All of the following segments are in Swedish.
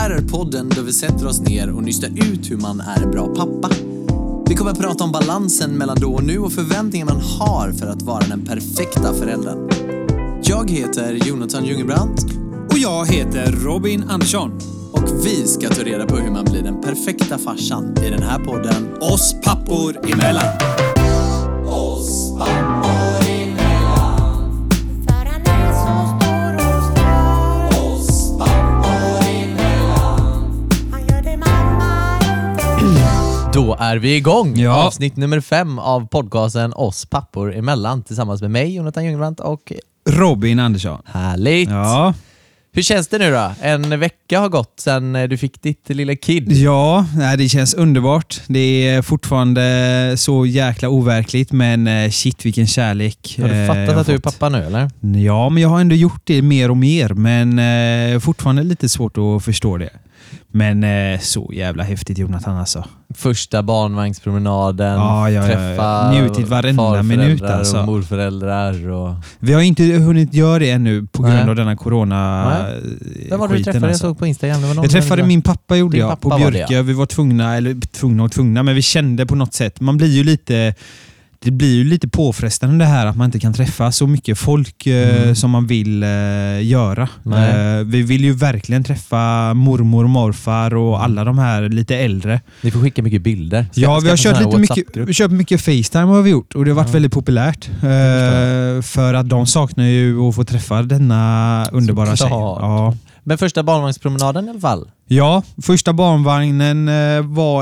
här är podden där vi sätter oss ner och nystar ut hur man är en bra pappa. Vi kommer att prata om balansen mellan då och nu och förväntningar man har för att vara den perfekta föräldern. Jag heter Jonathan Jungebrandt. Och jag heter Robin Andersson. Och vi ska ta reda på hur man blir den perfekta farsan i den här podden Oss pappor emellan. Oss pappor emellan. För han är så stor och stör. Oss pappor emellan. Han gör det mamma inte. Då är vi igång. Ja. Avsnitt nummer 5 av podcasten Oss pappor emellan tillsammans med mig, Jonathan Jungebrandt och Robin Andersson. härligt. Ja. Hur känns det nu då? En vecka har gått sedan du fick ditt lilla kid. Ja, det känns underbart. Det är fortfarande så jäkla overkligt, men shit vilken kärlek. Har du jag fattat har att du är fått. pappa nu eller? Ja, men jag har ändå gjort det mer och mer, men fortfarande lite svårt att förstå det. Men så jävla häftigt, Jonathan, alltså. Första barnvagnspromenaden, Ja. träffa Njutit varenda minut, alltså. och morföräldrar och... Vi har inte hunnit göra det ännu på grund Nej. av denna corona. Vem var det du träffade? Jag såg på Instagram. Det var någon Jag träffade min pappa, gjorde Din jag, pappa på var det, Björkö. ja. Vi var tvungna, men vi kände på något sätt. Man blir ju lite... Det blir ju lite påfrestande det här att man inte kan träffa så mycket folk som man vill göra. Vi vill ju verkligen träffa mormor och morfar och alla de här lite äldre. Ni får skicka mycket bilder. Ja, vi har kört mycket FaceTime har vi gjort och det har varit väldigt populärt. För att de saknar ju att få träffa denna underbara tjej. Ja. Men första barnvagnspromenaden i alla fall. Ja, första barnvagnen var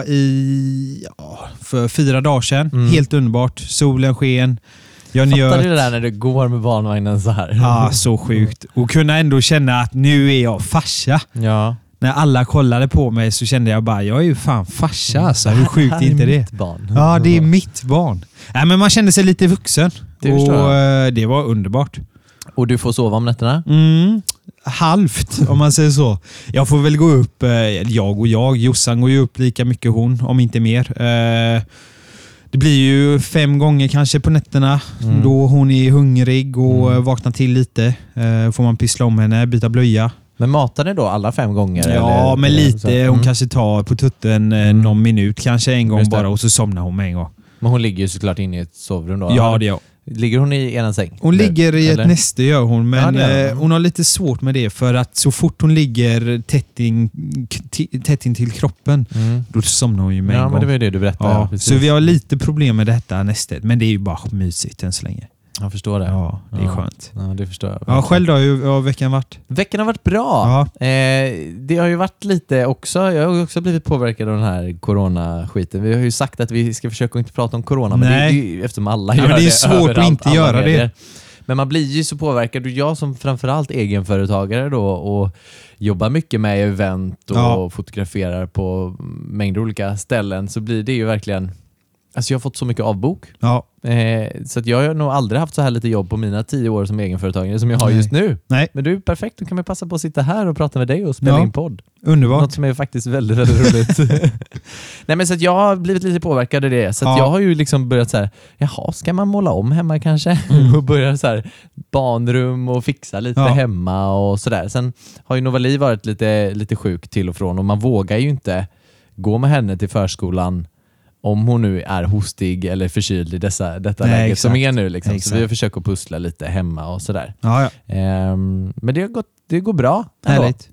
för 4 dagar sedan. Helt underbart. Solen sken. Jag Fattar du det där när du går med barnvagnen så här? Ja, så sjukt. Och kunna ändå känna att nu är jag farsa. Ja. När alla kollade på mig så kände jag bara, jag är ju fan farsa alltså. Hur sjukt är inte det? Mitt barn. Ja, det är mitt barn. Nej, men man kände sig lite vuxen. Det och förstår det var underbart. Och du får sova om nätterna? Halvt, om man säger så. Jag får väl gå upp, Jossan går ju upp lika mycket hon, om inte mer. Det blir ju 5 gånger kanske på nätterna då hon är hungrig och vaknar till lite. Får man pyssla om henne, byta blöja. Men matar ni då alla 5 gånger? Ja, eller? men lite. Så. Hon kanske tar på tutten någon minut, kanske en gång bara, och så somnar hon med en gång. Men hon ligger ju såklart inne i ett sovrum då? Ja, det gör. Ligger hon i ena säng? Hon ligger i eller? ett näste, gör hon, men Ja, hon har lite svårt med det, för att så fort hon ligger tätt in till kroppen, då somnar hon ju med en gång. Men det var ju det du berättade. Ja, Ja, så vi har lite problem med detta nästet, men det är ju bara mysigt än så länge. Jag förstår det. Ja, det är skönt. Ja, det förstår jag. Ja, själv då, hur har veckan varit? Veckan har varit bra. Ja. Det har ju varit lite också, jag har också blivit påverkad av den här corona-skiten. Vi har ju sagt att vi ska försöka inte prata om corona, men det är ju, eftersom alla gör men det är det svårt överallt, att inte alla göra medier. det. Men man blir ju så påverkad, och jag som framförallt egenföretagare då och jobbar mycket med event och fotograferar på mängder olika ställen, så blir det ju verkligen, alltså jag har fått så mycket avbok. Ja. Så att jag har nog aldrig haft så här lite jobb på mina 10 år som egenföretagare som jag har just nu. Nej. Men du är perfekt, då kan man passa på att sitta här och prata med dig och spela in podd. Underbart. Något som är faktiskt väldigt, väldigt roligt. Nej, men så att jag har blivit lite påverkad av det. Så att jag har ju liksom börjat så här, jaha, ska man måla om hemma kanske? Och börja så här barnrum och fixa lite hemma och sådär. Sen har ju Novali varit lite sjuk till och från, och man vågar ju inte gå med henne till förskolan om hon nu är hostig eller förkyld i detta läget som är nu. Liksom. Så vi har försökt att pussla lite hemma och sådär. Ja. Men det går bra. Härligt.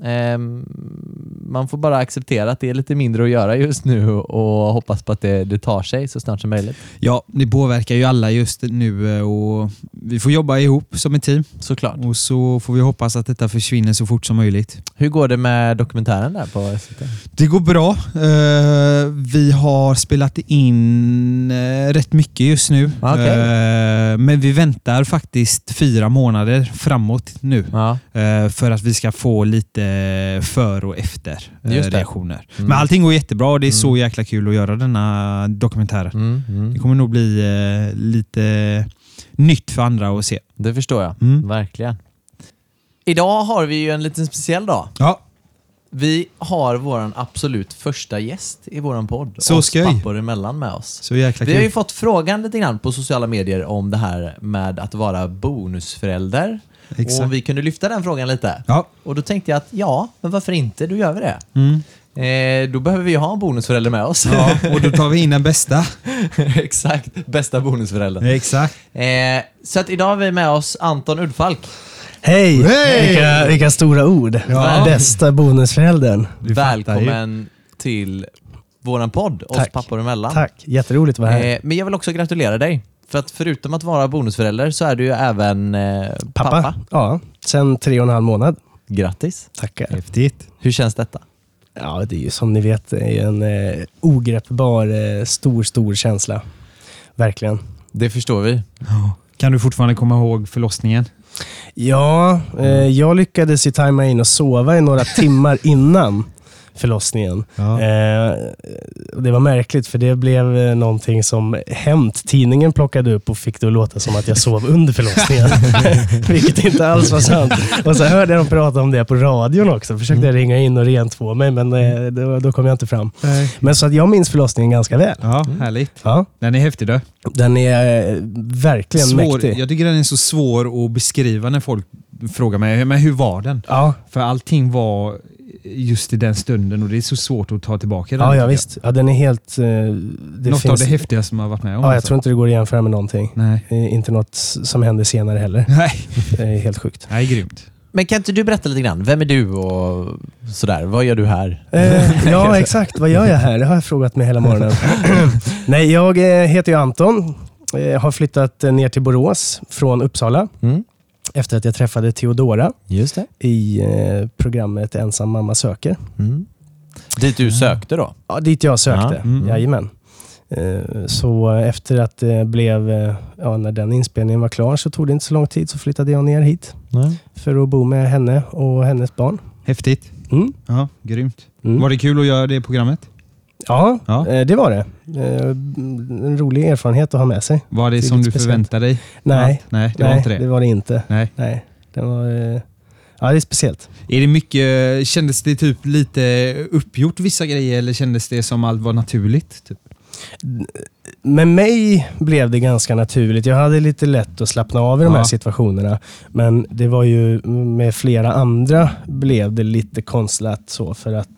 Man får bara acceptera att det är lite mindre att göra just nu och hoppas på att det tar sig så snart som möjligt. Ja, det påverkar ju alla just nu, och vi får jobba ihop som ett team. Såklart. Och så får vi hoppas att detta försvinner så fort som möjligt. Hur går det med dokumentären där på SVT? Det går bra. Vi har spelat in rätt mycket just nu. Okay. Men vi väntar faktiskt 4 månader framåt nu. Ja. För att vi ska få lite för- och efter reaktioner. Mm. Men allting går jättebra, och det är så jäkla kul att göra denna dokumentär. Det kommer nog bli lite nytt för andra att se. Det förstår jag, verkligen. Idag har vi ju en liten speciell dag. Ja. Vi har våran absolut första gäst i våran podd. Så oss skoj. pappor emellan med oss. Så jäkla Vi har ju kul. fått frågan lite grann på sociala medier om det här med att vara bonusförälder. Exakt. Och vi kunde lyfta den frågan lite. Ja. Och då tänkte jag att men varför inte? Då gör vi det. Då behöver vi ju ha en bonusförälder med oss. Ja, och då tar vi in den bästa. Exakt, bästa bonusföräldern. Exakt. Så att idag har vi med oss Anton Uddfalk. Hej! Vilka stora ord. Ja. Bästa bonusföräldern. Välkommen till våran podd, Oss Tack. pappor emellan. Tack, jätteroligt att vara här. Men jag vill också gratulera dig. För att förutom att vara bonusförälder så är du ju även pappa. Ja, sen 3,5 månad. Grattis. Tackar. Häftigt. Hur känns detta? Ja, det är ju som ni vet det är en ogreppbar, stor känsla. Verkligen. Det förstår vi. Kan du fortfarande komma ihåg förlossningen? Ja, jag lyckades ju tajma in och sova i några timmar innan förlossningen. Ja. Det var märkligt för det blev någonting som tidningen plockade upp och fick det att låta som att jag sov under förlossningen. Vilket inte alls var sant. Och så hörde jag dem prata om det på radion också. Försökte jag ringa in och rentvå mig, men då kom jag inte fram. Men så att jag minns förlossningen ganska väl. Ja, härligt. Ja, Den är häftig då. den är verkligen mäktig. Jag tycker den är så svår att beskriva när folk frågar mig, men hur var den? Ja, För allting var just i den stunden och det är så svårt att ta tillbaka den. ja visst. Ja, den är helt... Något av det häftigaste som har varit med om. Ja, jag alltså. tror inte det går att jämföra med någonting. Nej. Inte något som hände senare heller. Nej. Det är helt sjukt. Nej, grymt. Men kan inte du berätta lite grann? Vem är du och sådär? Vad gör du här? Ja, exakt. Vad gör jag här? Det har jag frågat mig hela morgonen. Nej, jag heter ju Anton. Jag har flyttat ner till Borås från Uppsala. Efter att jag träffade Theodora Just det. i programmet Ensam mamma söker. Dit du sökte då? Ja, dit jag sökte. Jajamän. Så efter att det blev, när den inspelningen var klar så tog det inte så lång tid så flyttade jag ner hit. För att bo med henne och hennes barn. Häftigt. Mm. Ja, grymt. Mm. Var det kul att göra det programmet? Ja, Ja. Det var det. En rolig erfarenhet att ha med sig. Var det Det är som lite du speciellt. förväntade dig? Nej, Ja, nej, det var inte det. det var det inte. Nej. Nej, det var... Ja, det är speciellt. Är det mycket, kändes det typ lite uppgjort vissa grejer eller kändes det som allt var naturligt? Typ? Med mig blev det ganska naturligt. Jag hade lite lätt att slappna av i de här situationerna. Men det var ju med flera andra blev det lite konstlat så för att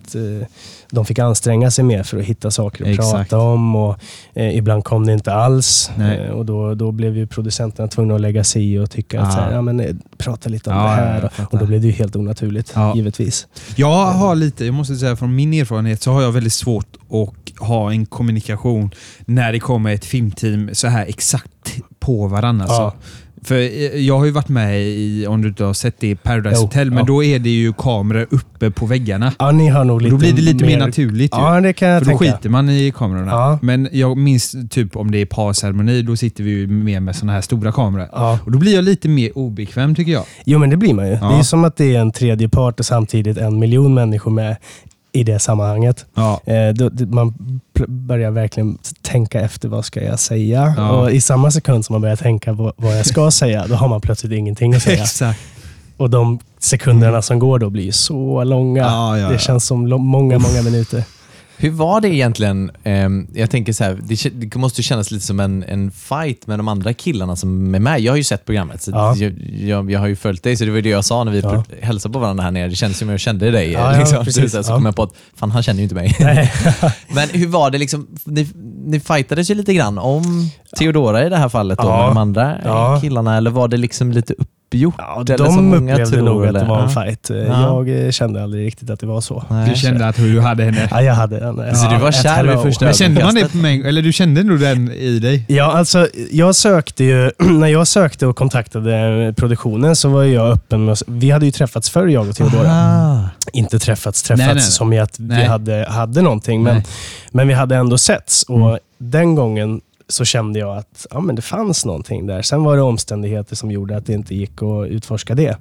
de fick anstränga sig mer för att hitta saker att prata om och ibland kom det inte alls. Och då blev ju producenterna tvungna att lägga sig i och tycka att så här, prata lite om det här. Och då blev det ju helt onaturligt, givetvis. Jag har lite, jag måste säga från min erfarenhet så har jag väldigt svårt att ha en kommunikation när det kommer ett filmteam så här exakt på varandra. Alltså. För jag har ju varit med i, om du inte har sett det, Paradise Hotel, men då är det ju kameror uppe på väggarna. Ja, ni har nog lite då blir det lite mer naturligt. Ja, det kan jag för tänka. då skiter man i kamerorna. Ja. Men jag minns typ om det är parceremoni, då sitter vi ju med såna här stora kameror. Ja. Och då blir jag lite mer obekväm tycker jag. Jo, men det blir man ju. Ja. Det är som att det är en tredje part och samtidigt 1 miljon människor med i det sammanhanget. Ja. Man börjar verkligen tänka efter vad ska jag säga. Ja. Och i samma sekund som man börjar tänka på vad jag ska säga, då har man plötsligt ingenting att säga. Exakt. Och de sekunderna som går då blir så långa. Ja. Det känns som många minuter. Hur var det egentligen? Jag tänker så här, det måste ju kännas lite som en fight med de andra killarna som är med. Jag har ju sett programmet, så jag har ju följt dig, så det var det jag sa när vi hälsade på varandra här nere. Det kändes som jag kände dig. Så kom jag på att fan, han känner ju inte mig. Men hur var det liksom? Ni fightades ju lite grann om Theodora i det här fallet då, med de andra killarna, eller var det liksom lite uppgjort? Ja, de upplevde nog att det var en fight. Jag kände aldrig riktigt att det var så. Du kände att du hade henne? Ja, jag hade henne. Så du var kär vid första Men kände man det på mig? Eller du kände nog den i dig? Ja, alltså jag sökte ju, när jag sökte och kontaktade produktionen så var jag öppen med, vi hade ju träffats förr, jag och Theodora. Inte träffats Nej. som i att vi hade någonting, men vi hade ändå setts och den gången så kände jag att men det fanns någonting där. Sen var det omständigheter som gjorde att det inte gick att utforska det.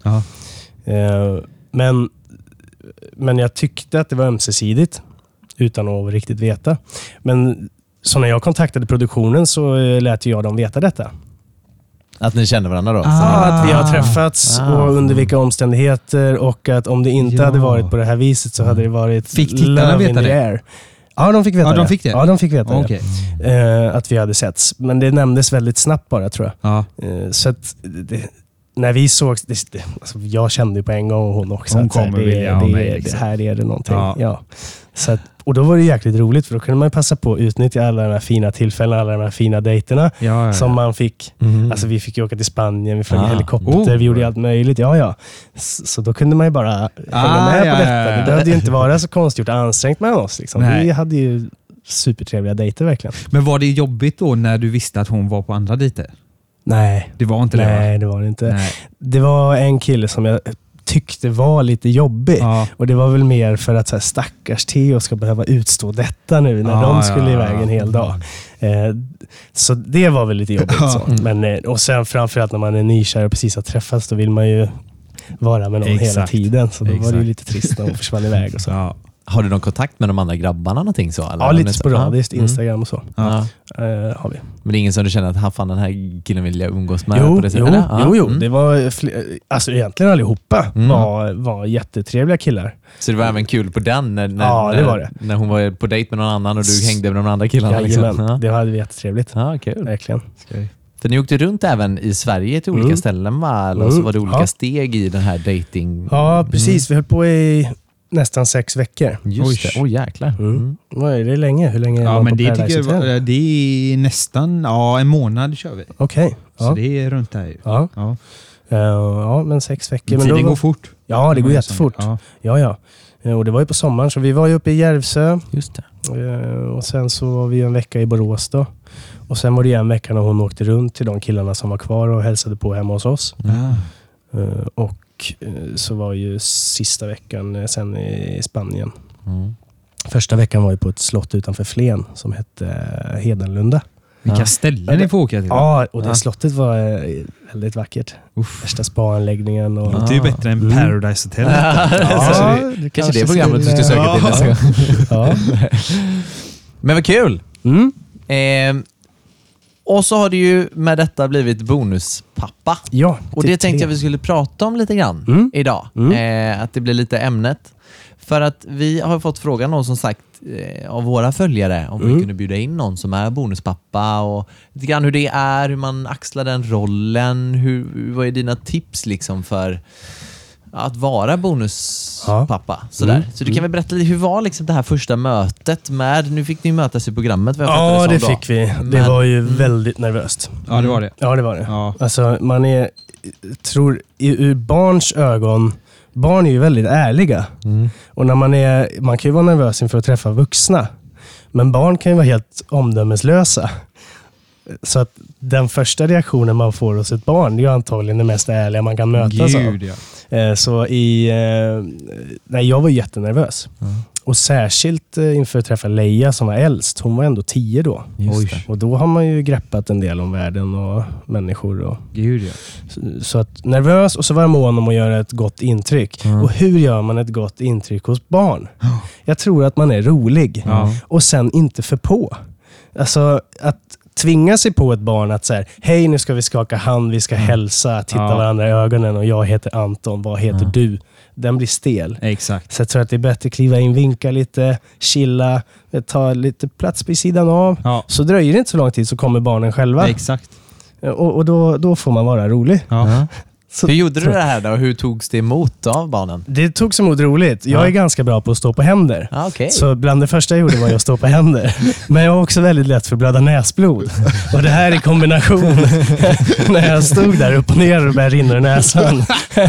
Men jag tyckte att det var ömsesidigt utan att riktigt veta. Men så när jag kontaktade produktionen så lät jag dem veta detta. Att ni känner varandra då? Att vi har träffats och under vilka omständigheter, och att om det inte hade varit på det här viset så hade det varit Fick tittarna veta det? Ja, de fick veta det. De fick det? Ja, de fick veta Okay. det. Att vi hade setts. Men det nämndes väldigt snabbt bara, tror jag. Ja. Så att när vi såg, alltså jag kände ju på en gång och hon också Hon att så här, kommer vilja ha mig, liksom. det här är det någonting. Ja. Ja. Så att, och då var det jäkligt roligt för då kunde man passa på att utnyttja alla de här fina tillfällena, alla de här fina dejterna som man fick. Alltså vi fick ju åka till Spanien, vi flög helikopter, vi gjorde allt möjligt. Ja. Så då kunde man ju bara hänga med på detta. Det behövde ju inte vara så konstgjort och ansträngt med oss. Liksom. Vi hade ju supertrevliga dejter verkligen. Men var det jobbigt då när du visste att hon var på andra dejter? Nej. Det var inte det? Nej, det var det inte. Nej. Det var en kille som jag tyckte var lite jobbig. Ja. Och det var väl mer för att så här, stackars Theo ska behöva utstå detta nu när de skulle iväg en hel dag. Så det var väl lite jobbigt. Så. Men, och sen framförallt när man är nykär och precis har träffats, då vill man ju vara med någon hela tiden. Så då var det ju lite trist när hon försvann iväg och så. Ja. Har du någon kontakt med de andra grabbarna någonting så? Eller? Ja, lite sporadiskt. Instagram och så. Ja. Har vi. Men det är ingen som du känner att fan, den här killen vill jag umgås med? Jo, på det sättet? Jo. Det var alltså egentligen allihopa var jättetrevliga killar. Så det var även kul på den det var det. När hon var på dejt med någon annan och du hängde med de andra killarna? Jajamän, det hade vi jättetrevligt. Ja, kul. Verkligen. För ni åkte runt även i Sverige till olika ställen, va? Eller så var det olika steg i den här dating. Ja, precis. Vi höll på i nästan 6 veckor. Just det. jäklar. Vad är det länge? Hur länge ja, men det tycker jag det är nästan en månad kör vi. Okej. Så det är runt där ju. Ja, men 6 veckor. Men tiden går fort. Ja, det går jättefort. Ja. Och det var ju på sommaren, så vi var ju uppe i Järvsö. Just det. Och sen så var vi en vecka i Borås då. Och sen var det en vecka när hon åkte runt till de killarna som var kvar och hälsade på hemma hos oss. Och så var ju sista veckan sen i Spanien. Första veckan var ju på ett slott utanför Flen som hette Hedenlunda. Vilka ställen ni får åka till? Ja, och det slottet var väldigt vackert. Värsta spaanläggningen. Och... Det är ju bättre än Paradise Hotel. Kanske det programmet du ska söka till nästa gång. Men vad kul! Och så har det ju med detta blivit bonuspappa. Ja, och det tänkte jag vi skulle prata om lite grann idag. Att det blir lite ämnet. För att vi har fått frågan någon som sagt av våra följare om vi kunde bjuda in någon som är bonuspappa och lite grann hur det är, hur man axlar den rollen. Vad är dina tips liksom för att vara bonuspappa? Sådär. Så du kan väl berätta lite, hur var liksom det här första mötet med, nu fick ni mötas i programmet. Ja, det fick vi. Det var ju väldigt nervöst. Ja, det var det. Ja, det var det. Ja. Alltså, man är, tror, ur barns ögon, barn är ju väldigt ärliga. Och när man kan ju vara nervös inför att träffa vuxna. Men barn kan ju vara helt omdömeslösa. Så att den första reaktionen man får hos ett barn, det är antagligen det mest ärliga man kan mötas av. Så jag var jättenervös. Och särskilt inför att träffa Leia som var äldst. Hon var ändå 10 då. Och då har man ju greppat en del om världen och människor. Och, så att nervös, och så var jag mån om att göra ett gott intryck. Och hur gör man ett gott intryck hos barn? Jag tror att man är rolig. Och sen inte för på. Alltså att tvinga sig på ett barn att säga, hej, nu ska vi skaka hand, vi ska hälsa, titta varandra i ögonen och jag heter Anton, vad heter du? Den blir stel. Exakt. Så jag tror att det är bättre att kliva in, vinka lite, chilla, ta lite plats på sidan av. Så dröjer det inte så lång tid så kommer barnen själva. Exakt. Och då får man vara rolig. Så, hur gjorde du det här då? Hur togs det emot av barnen? Det togs emot roligt. Jag är ganska bra på att stå på händer. Så bland det första jag gjorde var att stå på händer. Men jag var också väldigt lätt för att blöda näsblod. Och det här i kombination när jag stod där upp och ner och började rinna i näsan.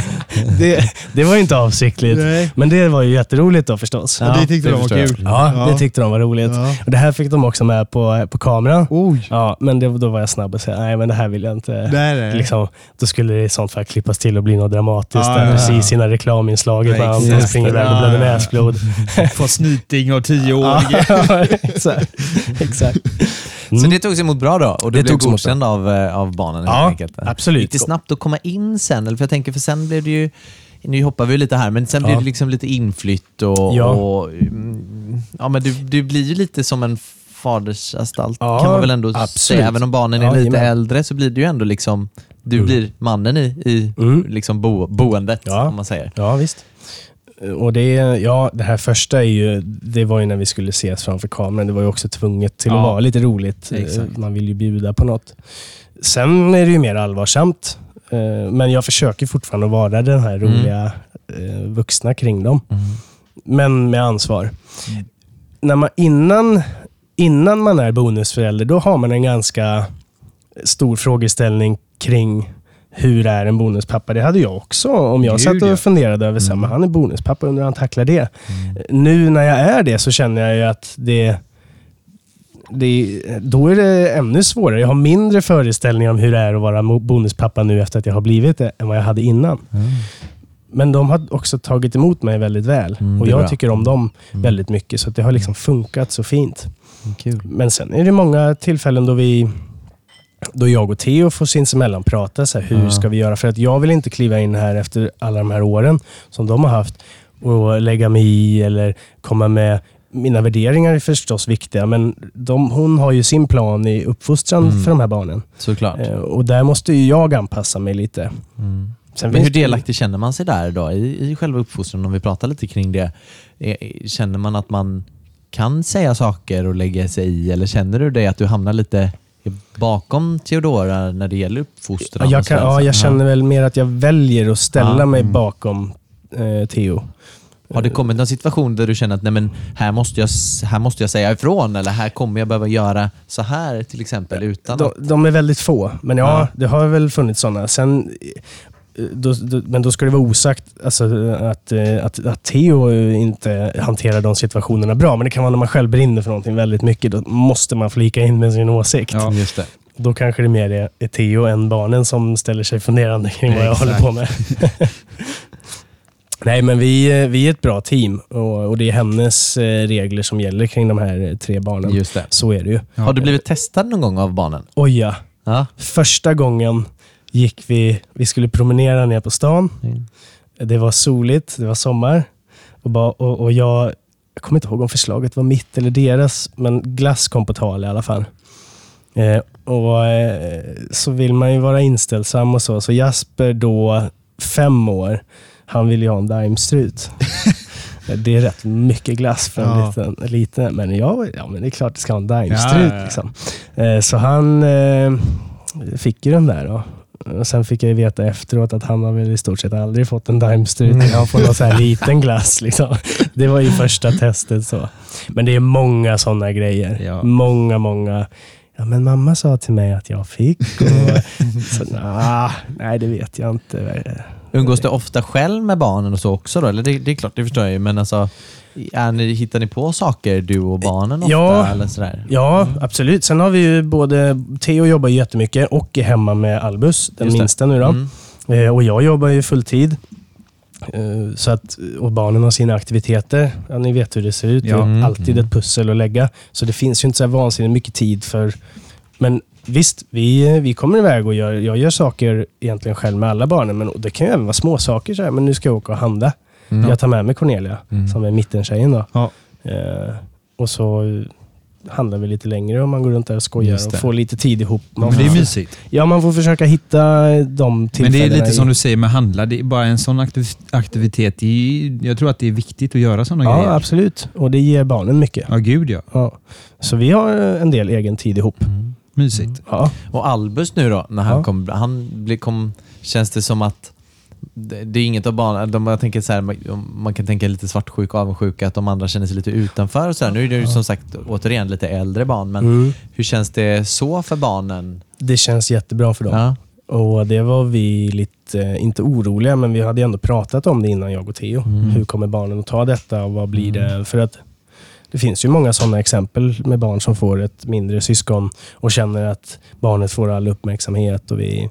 Det var ju inte avsiktligt. Nej. Men det var ju jätteroligt då förstås. Ja, det tyckte de var kul. Ja, det tyckte de var roligt. Och det här fick de också med på kameran. Ja, men då var jag snabb och sa, nej men det här vill jag inte. Nej. Liksom, då skulle det i sånt fall klippas till och bli något dramatiskt. Precis sina reklaminslag. Anton springer iväg och blöder näsblod. Få snyting och 10 år. Exakt. Så det togs emot bra då? Och det blev godkänd av barnen helt enkelt? Absolut. Gick det snabbt att komma in sen? Eller för jag tänker, för sen blev det ju, nu hoppar vi lite här, men sen blev det liksom lite inflytt och men du blir ju lite som en fadersanstalt kan man väl ändå säga. Även om barnen är lite äldre så blir det ju ändå liksom, du blir mannen i liksom boendet om man säger. Ja, visst. Och det här första det var ju när vi skulle ses framför kameran. Det var ju också tvunget till att vara lite roligt. Exakt. Man vill ju bjuda på något. Sen är det ju mer allvarsamt. Men jag försöker fortfarande vara den här roliga vuxna kring dem. Men med ansvar. När man innan man är bonusförälder, då har man en ganska stor frågeställning kring hur är en bonuspappa. Det hade jag också om jag satt och funderade över men han är bonuspappa, undrar han tacklar det. Nu när jag är det så känner jag ju att då är det ännu svårare. Jag har mindre föreställningar om hur det är att vara bonuspappa nu efter att jag har blivit det än vad jag hade innan. Men de har också tagit emot mig väldigt väl. Och jag tycker om dem väldigt mycket. Så att det har liksom funkat så fint. Kul. Men sen är det många tillfällen då jag och Theo får sinsemellan prata. Så här, hur ska vi göra? För att jag vill inte kliva in här efter alla de här åren som de har haft och lägga mig i eller komma med. Mina värderingar är förstås viktiga, men hon har ju sin plan i uppfostran för de här barnen. Såklart. Och där måste ju jag anpassa mig lite. Men hur delaktig känner man sig där då i själva uppfostran, om vi pratar lite kring det? Känner man att man kan säga saker och lägga sig i, eller känner du det att du hamnar lite bakom Theodora när det gäller uppfostran? Jag känner väl mer att jag väljer att ställa mig bakom Theo. Har det kommit någon situation där du känner att nej, men här måste jag säga ifrån, eller här kommer jag behöva göra så här till exempel utan de är väldigt få, men det har väl funnits sådana. Sen men då ska det vara osagt alltså, att Theo inte hanterar de situationerna bra, men det kan vara när man själv brinner för någonting väldigt mycket, då måste man flika in med sin åsikt. Ja, just det. Då kanske det mer är Theo än barnen som ställer sig funderande kring vad jag håller på med. Nej, men vi är ett bra team och det är hennes regler som gäller kring de här 3 barnen. Just det. Så är det ju. Har du blivit testad någon gång av barnen? Oj ja. Första gången gick vi skulle promenera ner på stan. Det var soligt, det var sommar. Och jag kommer inte ihåg om förslaget var mitt eller deras, men glass kom på tal i alla fall. Så vill man ju vara inställsam och så. Så Jasper då 5 år, han vill ju ha en daimstrut. Det är rätt mycket glass för en liten. Men men det är klart det ska ha en daimstrut. Liksom. Så han fick ju den där då. Och sen fick jag ju veta efteråt att han har väl i stort sett aldrig fått en daimstrut. Han får någon så här liten glass. Liksom. Det var ju första testet. Så. Men det är många sådana grejer. Ja. Många. Ja, men mamma sa till mig att jag fick. Nej, det vet jag inte. Umgås du ofta själv med barnen och så också då? Eller det är klart, det förstår jag ju. Men alltså, hittar ni på saker du och barnen ofta? Eller sådär? Ja, absolut. Sen har vi ju Theo jobbar jättemycket och är hemma med Albus, den minsta nu då. Och jag jobbar ju fulltid. Så att, och barnen har sina aktiviteter. Ja, ni vet hur det ser ut. Det är alltid ett pussel att lägga. Så det finns ju inte så här vansinnigt mycket tid för. Men visst, vi kommer iväg och jag gör saker egentligen själv med alla barnen. Men det kan ju även vara små saker. Så här, men nu ska jag åka och handla. Jag tar med mig Cornelia som är mittentjejen då. Ja. Och så handlar vi lite längre och man går runt där och skojar och får lite tid ihop. Men det är mysigt. Ja, man får försöka hitta de tillfällena. Men det är lite som du säger med handla. Det är bara en sån aktivitet. Jag tror att det är viktigt att göra sådana grejer. Ja, absolut. Och det ger barnen mycket. Ja, gud ja. Så vi har en del egen tid ihop. Mysigt. Ja. Och Albus nu då, när han kom, känns det som att det är inget av barnen, jag tänker så här, man kan tänka lite svartsjuk och avundsjuka att de andra känner sig lite utanför och så här. Nu är det ju som sagt återigen lite äldre barn, men hur känns det så för barnen? Det känns jättebra för dem. Ja. Och det var vi lite, inte oroliga, men vi hade ändå pratat om det innan, jag och Theo. Hur kommer barnen att ta detta och vad blir det? För att det finns ju många sådana exempel med barn som får ett mindre syskon och känner att barnet får all uppmärksamhet och vi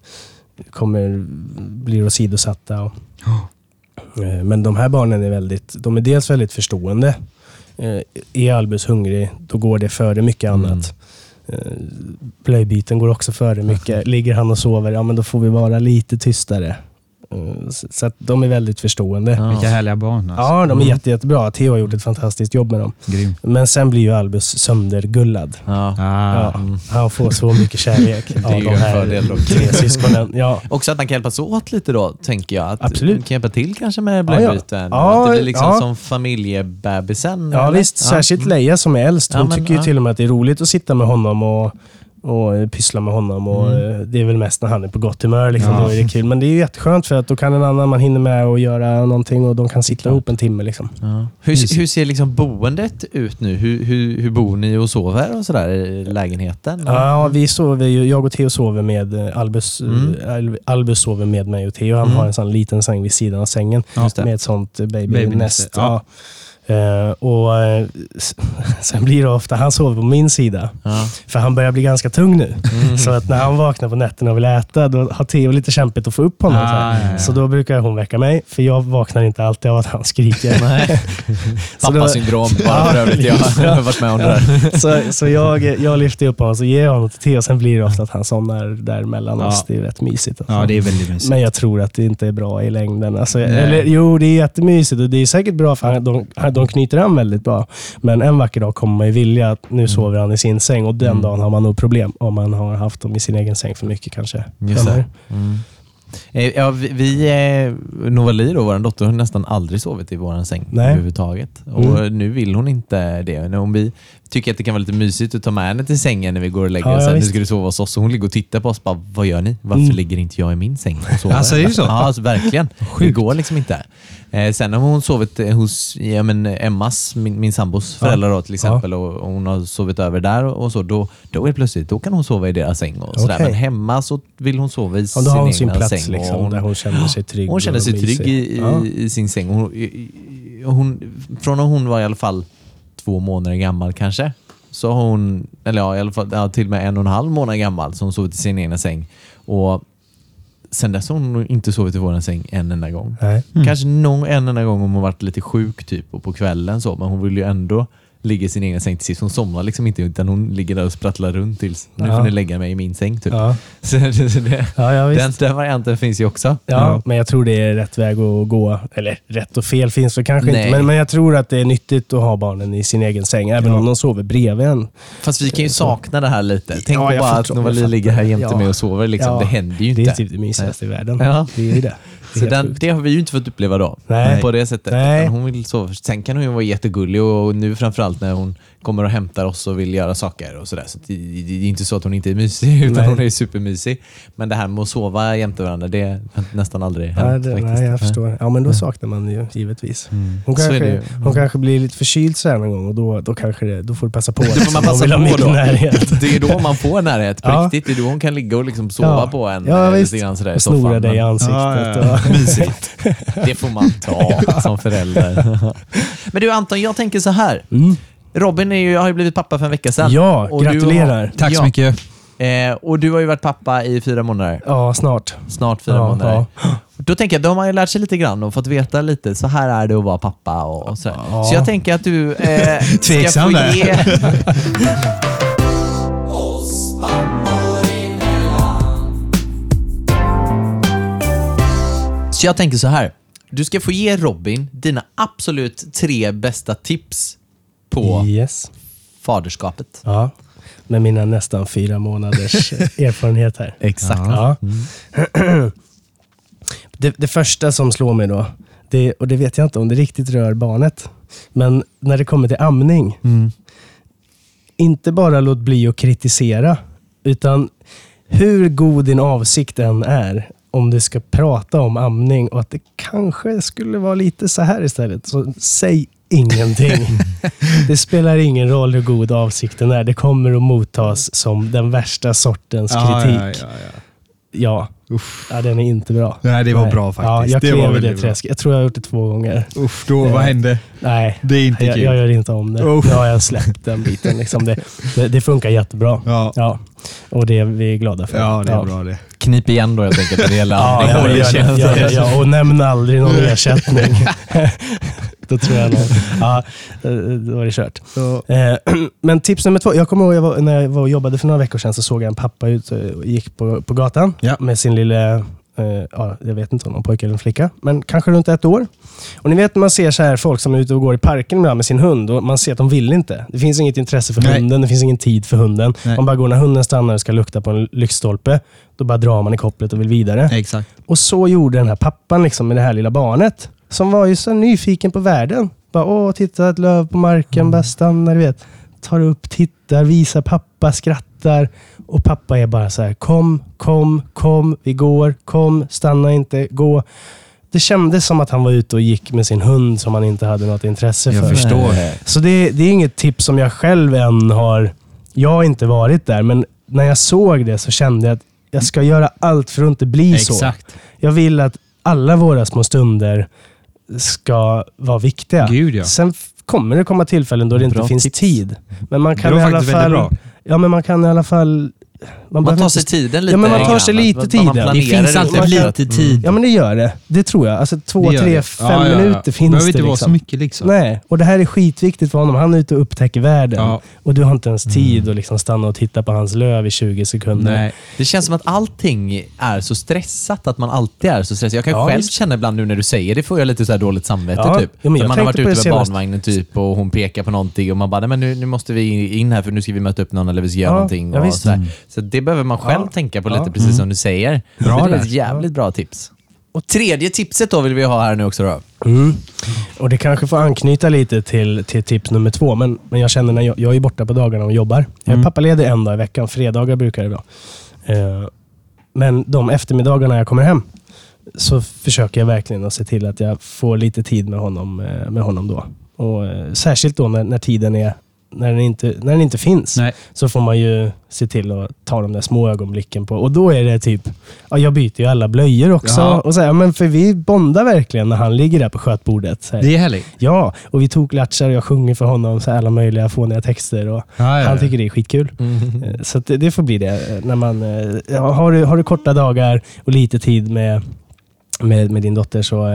blir åsidosatta. Men de här barnen är dels väldigt förstående. Är Albus hungrig, då går det före mycket annat. Blöjbyten går också före mycket. Ligger han och sover, ja men då får vi vara lite tystare. Så att de är väldigt förstående. Vilka härliga barn. Alltså. Ja, de är jättebra. Theo har gjort ett fantastiskt jobb med dem. Grym. Men sen blir ju Albus söndergullad. Han får så mycket kärlek av de här 3 syskonen. Ja. Också att han kan hjälpas åt lite då, tänker jag. Att absolut. Kan hjälpa till kanske med blöjbyten. Att det blir liksom som familjebebisen. Ja, visst. Särskilt Leia som är äldst. Hon tycker ju till och med att det är roligt att sitta med honom och och pyssla med honom och det är väl mest när han är på gott humör liksom, då är det kul. Men det är ju jätteskönt för att då kan en annan man hinner med och göra någonting och de kan sitta ihop en timme liksom. Ja. Hur ser liksom boendet ut nu? Hur bor ni och sover och sådär i lägenheten? Ja, vi sover ju, jag och Theo sover med Albus sover med mig och Theo. Han har en sån liten säng vid sidan av sängen med ett sånt babynest. Ja. Och sen blir det ofta han sover på min sida för han börjar bli ganska tung nu så att när han vaknar på nätterna och vill äta då har Theo lite kämpigt att få upp honom så då brukar hon väcka mig för jag vaknar inte alltid av att han skriker. Pappa-syndrom bara för övrigt, jag har varit med om det där. Så jag lyfter upp honom så ger honom till Theo, sen blir det ofta att han somnar där mellan oss. Det är rätt mysigt alltså. Ja, det är väldigt mysigt. Men jag tror att det inte är bra i längden alltså, eller jo, det är jättemysigt och det är säkert bra för de knyter an väldigt bra. Men en vacker dag kommer man ju vilja att nu sover han i sin säng och den dagen har man nog problem om man har haft dem i sin egen säng för mycket kanske. Just det. Ja, vi Novali då, vår dotter, har nästan aldrig sovit i våran säng överhuvudtaget. Och nu vill hon inte det. När hon tycker att det kan vara lite mysigt att ta med henne till sängen när vi går och lägger oss. Nu ska du sova hos oss. Så hon ligger och tittar på oss. Bara, vad gör ni? Varför ligger inte jag i min säng och sover? Alltså, är det så? Ja, alltså, verkligen. Det går liksom inte. Sen har hon sovit hos Emmas, min sambos föräldrar då, till exempel. Och hon har sovit över där och så. Då är det plötsligt, då kan hon sova i deras säng. Och sådär. Men hemma så vill hon sova i sin egna plats, säng. Liksom, där hon känner sig trygg. Hon känner sig trygg i sin säng. Från när hon var i alla fall 2 månader gammal kanske, så har hon, eller i alla fall till och med 1,5 månader gammal, så hon sovit i sin egna säng. Och sen dess har hon inte sovit i våran säng en enda gång. Kanske en enda gång om hon varit lite sjuk typ och på kvällen så, men hon vill ju ändå ligger i sin egen säng till sist. Hon somnar liksom inte, utan hon ligger där och sprattlar runt tills nu får ni lägga mig i min säng typ. Så den varianten finns ju också. Men jag tror det är rätt väg att gå. Eller rätt och fel finns det kanske inte. Men jag tror att det är nyttigt att ha barnen i sin egen säng, även om de sover bredvid en. Fast vi kan ju sakna det här lite. Tänk på bara att Novali ligger här jämte mig och sover. Liksom. Det händer ju inte. Det är typ det mysigaste i världen. Det är det. Så det har vi ju inte fått uppleva då. På det sättet. Hon vill sova. Sen kan hon ju vara jättegullig och nu framförallt när hon kommer och hämtar oss och vill göra saker och sådär. Så det är inte så att hon inte är mysig, utan hon är supermysig. Men det här med att sova jämte varandra, det har nästan aldrig hänt. Nej, jag förstår. Ja, men då saknar man ju givetvis. Hon kanske blir lite förkyld så här någon gång och då kanske då får du passa på. Då får man passa på då. Närhet. Det är då man får närhet på riktigt. Det är då hon kan ligga och liksom sova på en lite grann sådär i soffan. Snora dig i ansiktet. Mysigt. Det får man ta som förälder. Men du Anton, jag tänker så här. Robin har ju blivit pappa för en vecka sedan. Ja, och gratulerar. Tack så mycket. Och du har ju varit pappa i 4 månader. Ja, snart. Snart 4 månader. Ja. Då tänker jag, då har man ju lärt sig lite grann och fått veta lite. Så här är det att vara pappa och så. Så jag tänker att du ska få ge... Så jag tänker så här. Du ska få ge Robin dina absolut 3 bästa tips på faderskapet. Ja, med mina nästan 4 månaders erfarenhet här. Exakt. Ja. Det första som slår mig då, och det vet jag inte om det riktigt rör barnet, men när det kommer till amning, inte bara låt bli att kritisera, utan hur god din avsikt än är, om du ska prata om amning och att det kanske skulle vara lite så här istället, så säg ingenting. Det spelar ingen roll hur god avsikten är. Det kommer att mottas som den värsta sortens kritik. Ja, den är inte bra. Nej, det var bra faktiskt. Ja, jag det var det träsk. Jag tror jag har gjort det 2 gånger. Vad hände? Nej, det är inte kul. Jag gör inte om det. Nu har jag släppt den biten. Liksom det funkar jättebra. Ja. Och det är vi glada för. Ja, det är bra det. Knip igen då, jag tänker, på det hela. Ja, och nämn aldrig någon ersättning. Då tror jag nog. Ja, då var det kört. Men tips nummer 2. Jag kommer ihåg när jag var och jobbade för några veckor sedan, så såg jag en pappa ut och gick på gatan med sin lille, jag vet inte om någon pojke eller en flicka, men kanske runt 1 år. Och ni vet när man ser så här folk som är ute och går i parken med sin hund, och man ser att de vill inte. Det finns inget intresse för hunden, det finns ingen tid för hunden. Man bara går när hunden stannar och ska lukta på en lyktstolpe, då bara drar man i kopplet och vill vidare. Exakt. Och så gjorde den här pappan liksom med det här lilla barnet, som var ju så nyfiken på världen. Bara, titta, ett löv på marken, bara stanna, du vet. tar upp, tittar, visar pappa, skrattar. Och pappa är bara så här: kom, vi går, kom, stanna inte, gå. Det kändes som att han var ute och gick med sin hund som han inte hade något intresse för. Jag förstår. Så det är inget tips som jag själv än har. Jag har inte varit där, men när jag såg det så kände jag att jag ska göra allt för att inte bli så. Exakt. Jag vill att alla våra små stunder ska vara viktiga. Gud, ja. Sen kommer det komma tillfällen då det inte Bra finns tips. tid. Men man kan Det i var alla faktiskt väldigt fall... bra. Ja, men man kan i alla fall... Man behöver tar inte- sig tiden lite. Ja, men man tar sig grann. lite Man tiden. planerar Det finns alltid Man kan- lite tid. Ja, men det gör det. Det tror jag. Alltså 2, Det gör 3, det. 5 minuter finns behöver inte det vara så liksom. mycket liksom. Nej, och det här är skitviktigt för honom. Han är ute och upptäcker världen. Ja. Och du har inte ens tid att liksom stanna och titta på hans löv i 20 sekunder. Nej. Det känns som att allting är så stressat, att man alltid är så stressad. Jag kan Ja, själv visst. känna ibland nu när du säger det, får jag lite så här dåligt samvete Ja, typ. ja, men För jag man har varit tänkte på ute det med senast. barnvagnen typ och hon pekar på någonting och man bara, nej, men nu måste vi in här för nu ska vi möta upp någon eller vi ska göra Ja, någonting. ja, Och visst. så, här. Så det behöver man själv Ja. tänka på Ja. lite, precis som du säger. Bra Så det är där. ett jävligt bra tips. Och tredje tipset då vill vi ha här nu också då. Mm. Och det kanske får anknyta lite till tips nummer 2. Men jag känner när jag är borta på dagarna och jobbar. Jag är pappaledig en dag i veckan. Fredagar brukar det vara. Men de eftermiddagarna jag kommer hem så försöker jag verkligen att se till att jag får lite tid med honom då. Och särskilt då när tiden är när den inte finns. Nej. Så får man ju se till att ta de där små ögonblicken på. Och då är det typ, ja, jag byter ju alla blöjor också. Ja. Och så här, men för vi bondar verkligen när han ligger där på skötbordet. Så här. Det är härligt. Ja, och vi tog latchar och jag sjunger för honom så här alla möjliga fåniga texter. Och han tycker det är skitkul. Så att det får bli det. När man har du korta dagar och lite tid med din dotter så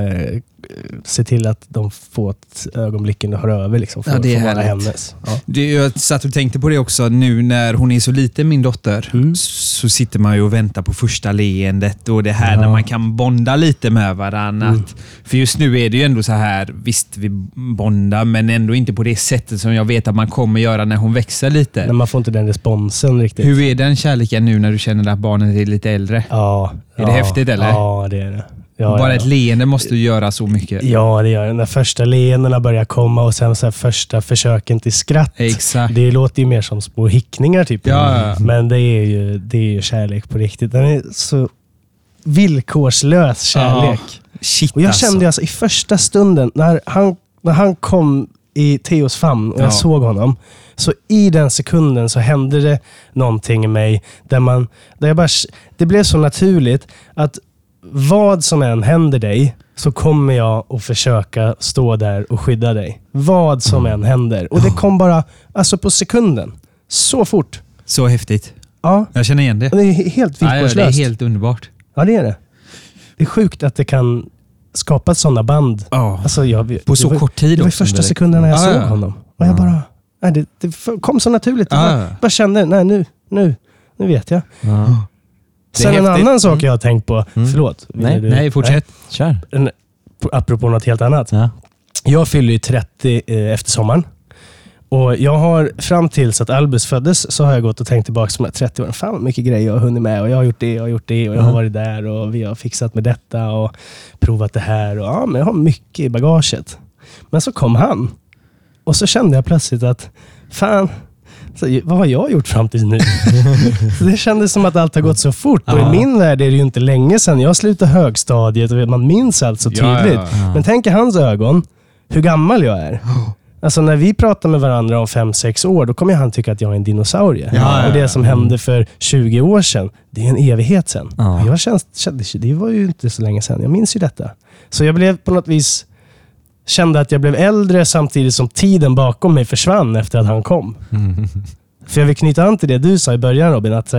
se till att de får ett ögonblicken och hör över liksom, för Ja, det är att få vara härligt. hennes. Ja. Jag satt och tänkte på det också nu när hon är så liten, min dotter, så sitter man ju och väntar på första leendet och det här när man kan bonda lite med varandra. För just nu är det ju ändå så här, visst vi bondar men ändå inte på det sättet som jag vet att man kommer göra när hon växer lite. Men man får inte den responsen riktigt. Hur är den kärleken nu när du känner att barnet är lite äldre? Ja. Är det häftigt, eller? Ja, det är det. Ja, Bara ja. ett leende måste ju göra så mycket. Ja, det gör det. När första leendena börjar komma och sen så här första försöken till skratt. Exakt. Det låter ju mer som små hickningar typ. Ja. Men det är ju kärlek på riktigt. Den är så villkorslös kärlek. Shit, Och jag alltså. kände alltså i första stunden när han kom i Theos famn och jag såg honom, så i den sekunden så hände det någonting i mig där jag bara, det blev så naturligt att vad som än händer dig så kommer jag att försöka stå där och skydda dig. Vad som än händer. Och det kom bara alltså på sekunden. Så fort. Så häftigt. Ja, Jag känner igen det. och det är helt Ja, det är villkorslöst. helt underbart. Ja, det är det. Det är sjukt att det kan skapas sådana band. Ja. Alltså, På så kort tid Det var i också, första direkt. sekunderna jag Ja, såg ja. honom. Och jag bara... Nej, det kom så naturligt. Ja, Jag ja. bara kände, nej nu vet jag. Det är Sen en häftigt. annan sak jag har tänkt på. Förlåt. Nej, Ville Nej, fortsätt. Kör. Apropå något helt annat. Ja. Jag fyller ju 30 efter sommaren. Och jag har fram tills att Albus föddes så har jag gått och tänkt tillbaka på de här 30 åren. Fan vad mycket grejer jag har hunnit med. Och jag har gjort det och jag har varit där och vi har fixat med detta och provat det här. Och ja, men jag har mycket i bagaget. Men så kom han. Och så kände jag plötsligt att fan, så, vad har jag gjort fram till nu? Så det kändes som att allt har gått så fort. Och i min värld är det ju inte länge sedan jag slutade högstadiet och man minns allt så tydligt. Men tänk i hans ögon hur gammal jag är. Alltså när vi pratar med varandra om 5-6 år, då kommer han tycka att jag är en dinosaurie. Och det som hände för 20 år sedan, det är en evighet sedan. Ja. Jag kände, det var ju inte så länge sedan. Jag minns ju detta. Så jag blev på något vis, kände att jag blev äldre samtidigt som tiden bakom mig försvann efter att han kom. För jag vill knyta an till det du sa i början, Robin, att så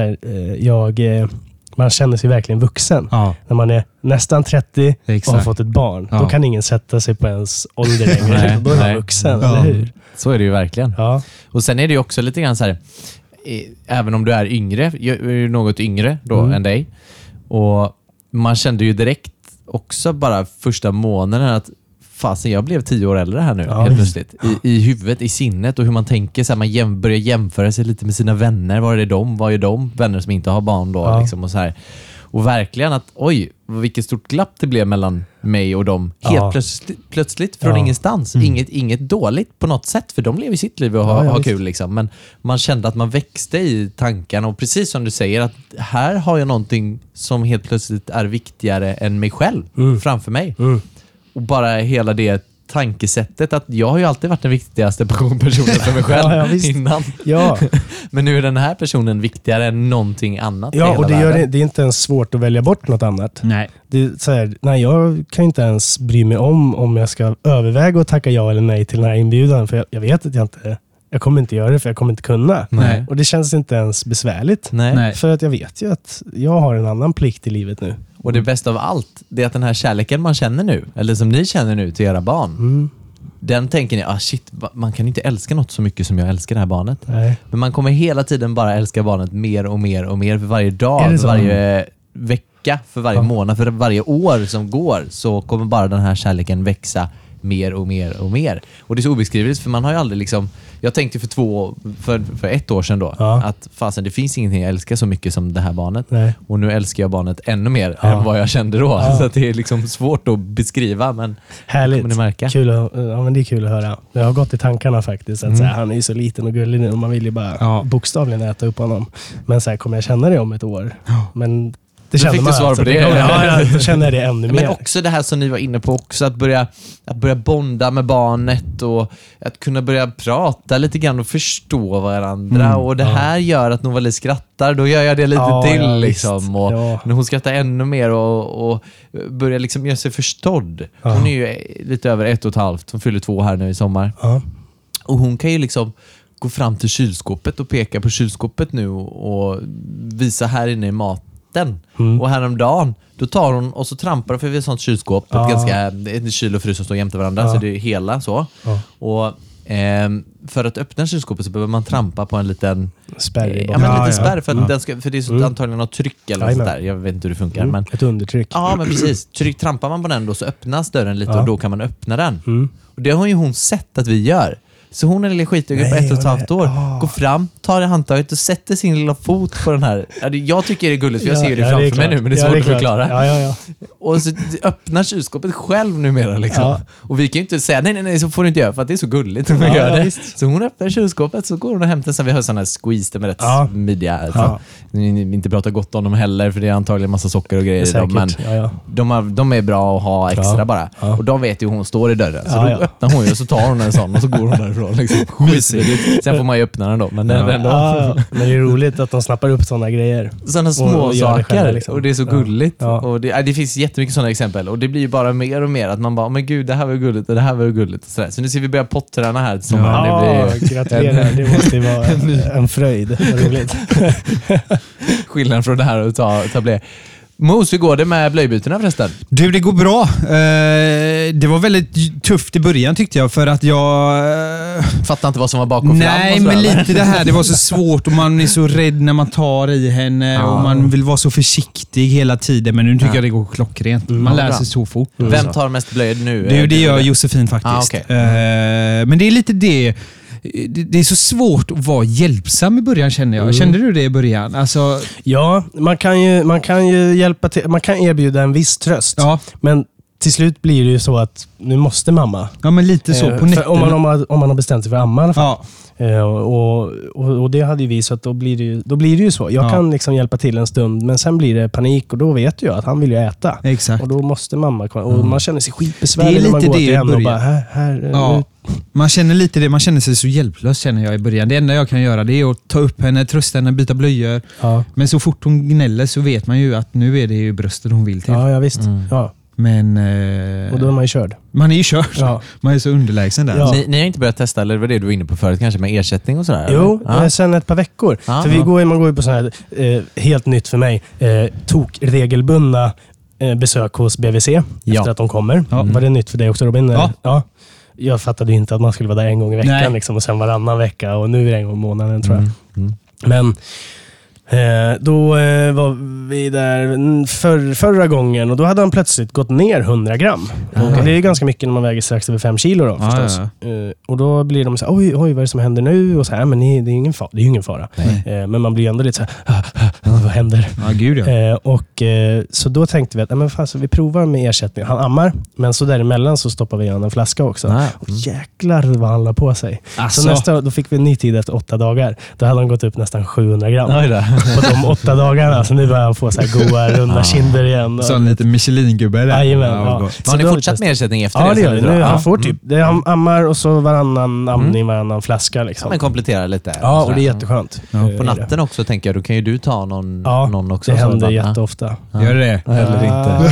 här, man känner sig verkligen vuxen. Ja. När man är nästan 30 och har Exakt. fått ett barn. Ja. Då kan ingen sätta sig på ens ålder längre. Nej, Då är man nej. vuxen, Ja. eller hur? Så är det ju verkligen. Ja. Och sen är det ju också lite grann så här, även om du är yngre, jag är ju något yngre då än dig. Och man kände ju direkt också bara första månaden att fasen, jag blev 10 år äldre här nu helt plötsligt. I huvudet, i sinnet och hur man tänker. Så här, man börjar jämföra sig lite med sina vänner. Vad är de? Vad är de? Vänner som inte har barn då. Ja. Liksom, och så här. Och verkligen att, oj, vilket stort glapp det blev mellan mig och dem. Helt plötsligt från ingenstans. Inget dåligt på något sätt, för de lever sitt liv och har kul liksom. Men man kände att man växte i tankarna, och precis som du säger, att här har jag någonting som helt plötsligt är viktigare än mig själv framför mig. Och bara hela det tankesättet att jag har ju alltid varit den viktigaste personen för mig själv innan. Ja. Men nu är den här personen viktigare än någonting annat. Ja, och det är inte ens svårt att välja bort något annat. Nej. Det är så här, nej, jag kan inte ens bry mig om jag ska överväga att tacka ja eller nej till den här inbjudan, för jag vet att jag kommer inte göra det, för jag kommer inte kunna. Nej. Och det känns inte ens besvärligt. Nej. För att jag vet ju att jag har en annan plikt i livet nu. Och det bästa av allt, det är att den här kärleken man känner nu, eller som ni känner nu till era barn, den tänker ni, shit, man kan inte älska något så mycket som jag älskar det här barnet. Nej. Men man kommer hela tiden bara älska barnet mer och mer och mer för varje dag, för varje vecka, för varje månad, för varje år som går, så kommer bara den här kärleken växa mer och mer och mer. Och det är så obeskrivligt, för man har ju aldrig liksom... Jag tänkte för 1 år sedan då, att fasen, det finns ingenting jag älskar så mycket som det här barnet. Nej. Och nu älskar jag barnet ännu mer än vad jag kände då. Så att det är liksom svårt att beskriva, men härligt. Kommer ni märka. Kul men det är kul att höra. Jag har gått i tankarna faktiskt. Att så här, han är ju så liten och gullig nu och man vill ju bara bokstavligen äta upp honom. Men så här, kommer jag känna det om ett år? Men det känner fick man du svar alltså. på det. Ja, då känner jag det ännu mer. Men också det här som ni var inne på också, att börja bonda med barnet och att kunna börja prata lite grann och förstå varandra. Och det här gör att Novali skrattar, då gör jag det lite till liksom. Och när hon skrattar ännu mer och börjar liksom göra sig förstådd. Hon är ju lite över 1,5, hon fyller 2 här nu i sommar. Och hon kan ju liksom gå fram till kylskåpet och peka på kylskåpet nu och visa här inne i mat. Och häromdagen då tar hon och så trampar, för vi har ett sånt kylskåp, ett kyl och frys som står jämte varandra, så det är hela så. Och för att öppna kylskåpet så behöver man trampa på en liten spärr, spärr för att för det är så antagligen något tryck eller sånt där. Jag vet inte hur det funkar, men ett undertryck. Ja, men precis. Trampar man på den då så öppnas dörren lite och då kan man öppna den. Och det har ju hon sett att vi gör. Så hon är lilla skitungen på 1,5 år. Går fram, tar i handtaget och sätter sin lilla fot på den här. Jag tycker det är gulligt, för jag ser det framför mig nu, men det är svårt att förklara. Och så öppnar kylskåpet själv numera liksom. Och vi kan ju inte säga nej, så får du inte göra, för att det är så gulligt om jag gör det. Så hon öppnar kylskåpet, så går hon och hämtar, så vi har sådana här squeeze med rätt midja. Inte pratar gott om dem heller, för det är antagligen massa socker och grejer i dem, men de är bra att ha extra bara. Och de vet ju hon står i dörren. Så då öppnar hon ju och så tar hon en sån och så går hon därifrån. Liksom. Sen får man ju öppna den då. Men, men det är roligt att de snappar upp sådana grejer. Sådana små saker. Liksom. Och det är så gulligt. Och det finns jättemycket sådana exempel. Och det blir ju bara mer och mer att man bara, men gud, det här var gulligt och det här var gulligt. Så nu ser vi börja potträna här. Gratulerar. Det måste ju vara en fröjd. Roligt. Skillnaden från det här och ta blä. Mos, hur går det med blöjbytena förresten? Du, det går bra. Det var väldigt tufft i början tyckte jag, för att jag... Fattar inte vad som var bakom fram. Nej, men lite det här. Det var så svårt och man är så rädd när man tar i henne och man vill vara så försiktig hela tiden. Men nu tycker jag det går klockrent. Man lär sig så fort. Vem tar mest blöjd nu? Det gör Josefin faktiskt. Okay. Men det är lite det... Det är så svårt att vara hjälpsam i början, känner jag. Kände du det i början? Alltså... Ja, man kan ju hjälpa till. Man kan erbjuda en viss tröst. Ja. Men till slut blir det ju så att nu måste mamma. Ja, men lite så på nätterna. Om man har bestämt sig för att amma i alla fall. Ja. Och det hade ju vi, så att då blir det ju så. Jag kan liksom hjälpa till en stund, men sen blir det panik och då vet jag att han vill ju äta. Exakt. Och då måste mamma och man känner sig skitbesvärlig när man går till henne och bara här. Man känner lite det, man känner sig så hjälplös, känner jag i början. Det enda jag kan göra, det är att ta upp henne, trösta henne, byta blöjor. Ja. Men så fort hon gnäller så vet man ju att nu är det ju bröstet hon vill till. Ja, visst. Ja. Men, och då är man ju körd. Man är ju körd. Ja. Man är så underlägsen där. Ja. Ni har inte börjat testa, eller vad det du var inne på förut, kanske med ersättning och sådär? Jo, sen ett par veckor. För man går ju på sån här, helt nytt för mig, regelbundna besök hos BVC efter att de kommer. Ja. Var det nytt för dig också, Robin? Ja. Jag fattade inte att man skulle vara där en gång i veckan liksom, och sen varannan vecka, och nu är det en gång i månaden, tror jag. Men då var vi där förra gången, och då hade han plötsligt gått ner 100 gram. Och det är ganska mycket när man väger strax över 5 kilo då, förstås. Och då blir de så här, oj, vad är det som händer nu? Och så här, men det är ju ingen fara. Men man blir ändå lite så här, händer. Ja, gud ja. Så då tänkte vi att så vi provar med ersättning. Han ammar, men så däremellan så stoppar vi honom en flaska också. Och jäklar vad han la på sig. Alltså. Så nästa, då fick vi en ny tid efter 8 dagar. Då hade han gått upp nästan 700 gram. På de 8 dagarna. Så nu börjar han få så här goa, runda kinder igen. Så en liten Michelin-gubbe där. Jajamän, Har ni fortsatt med ersättning efter det? Ja, det gör vi. Nu, han får typ, han ammar och så varannan amning, varannan flaska. Liksom. Men komplettera lite. Ja, och det är jätteskönt. På natten också tänker jag, då kan ju du ta någon också. Det händer jätteofta. Gör det? Eller inte.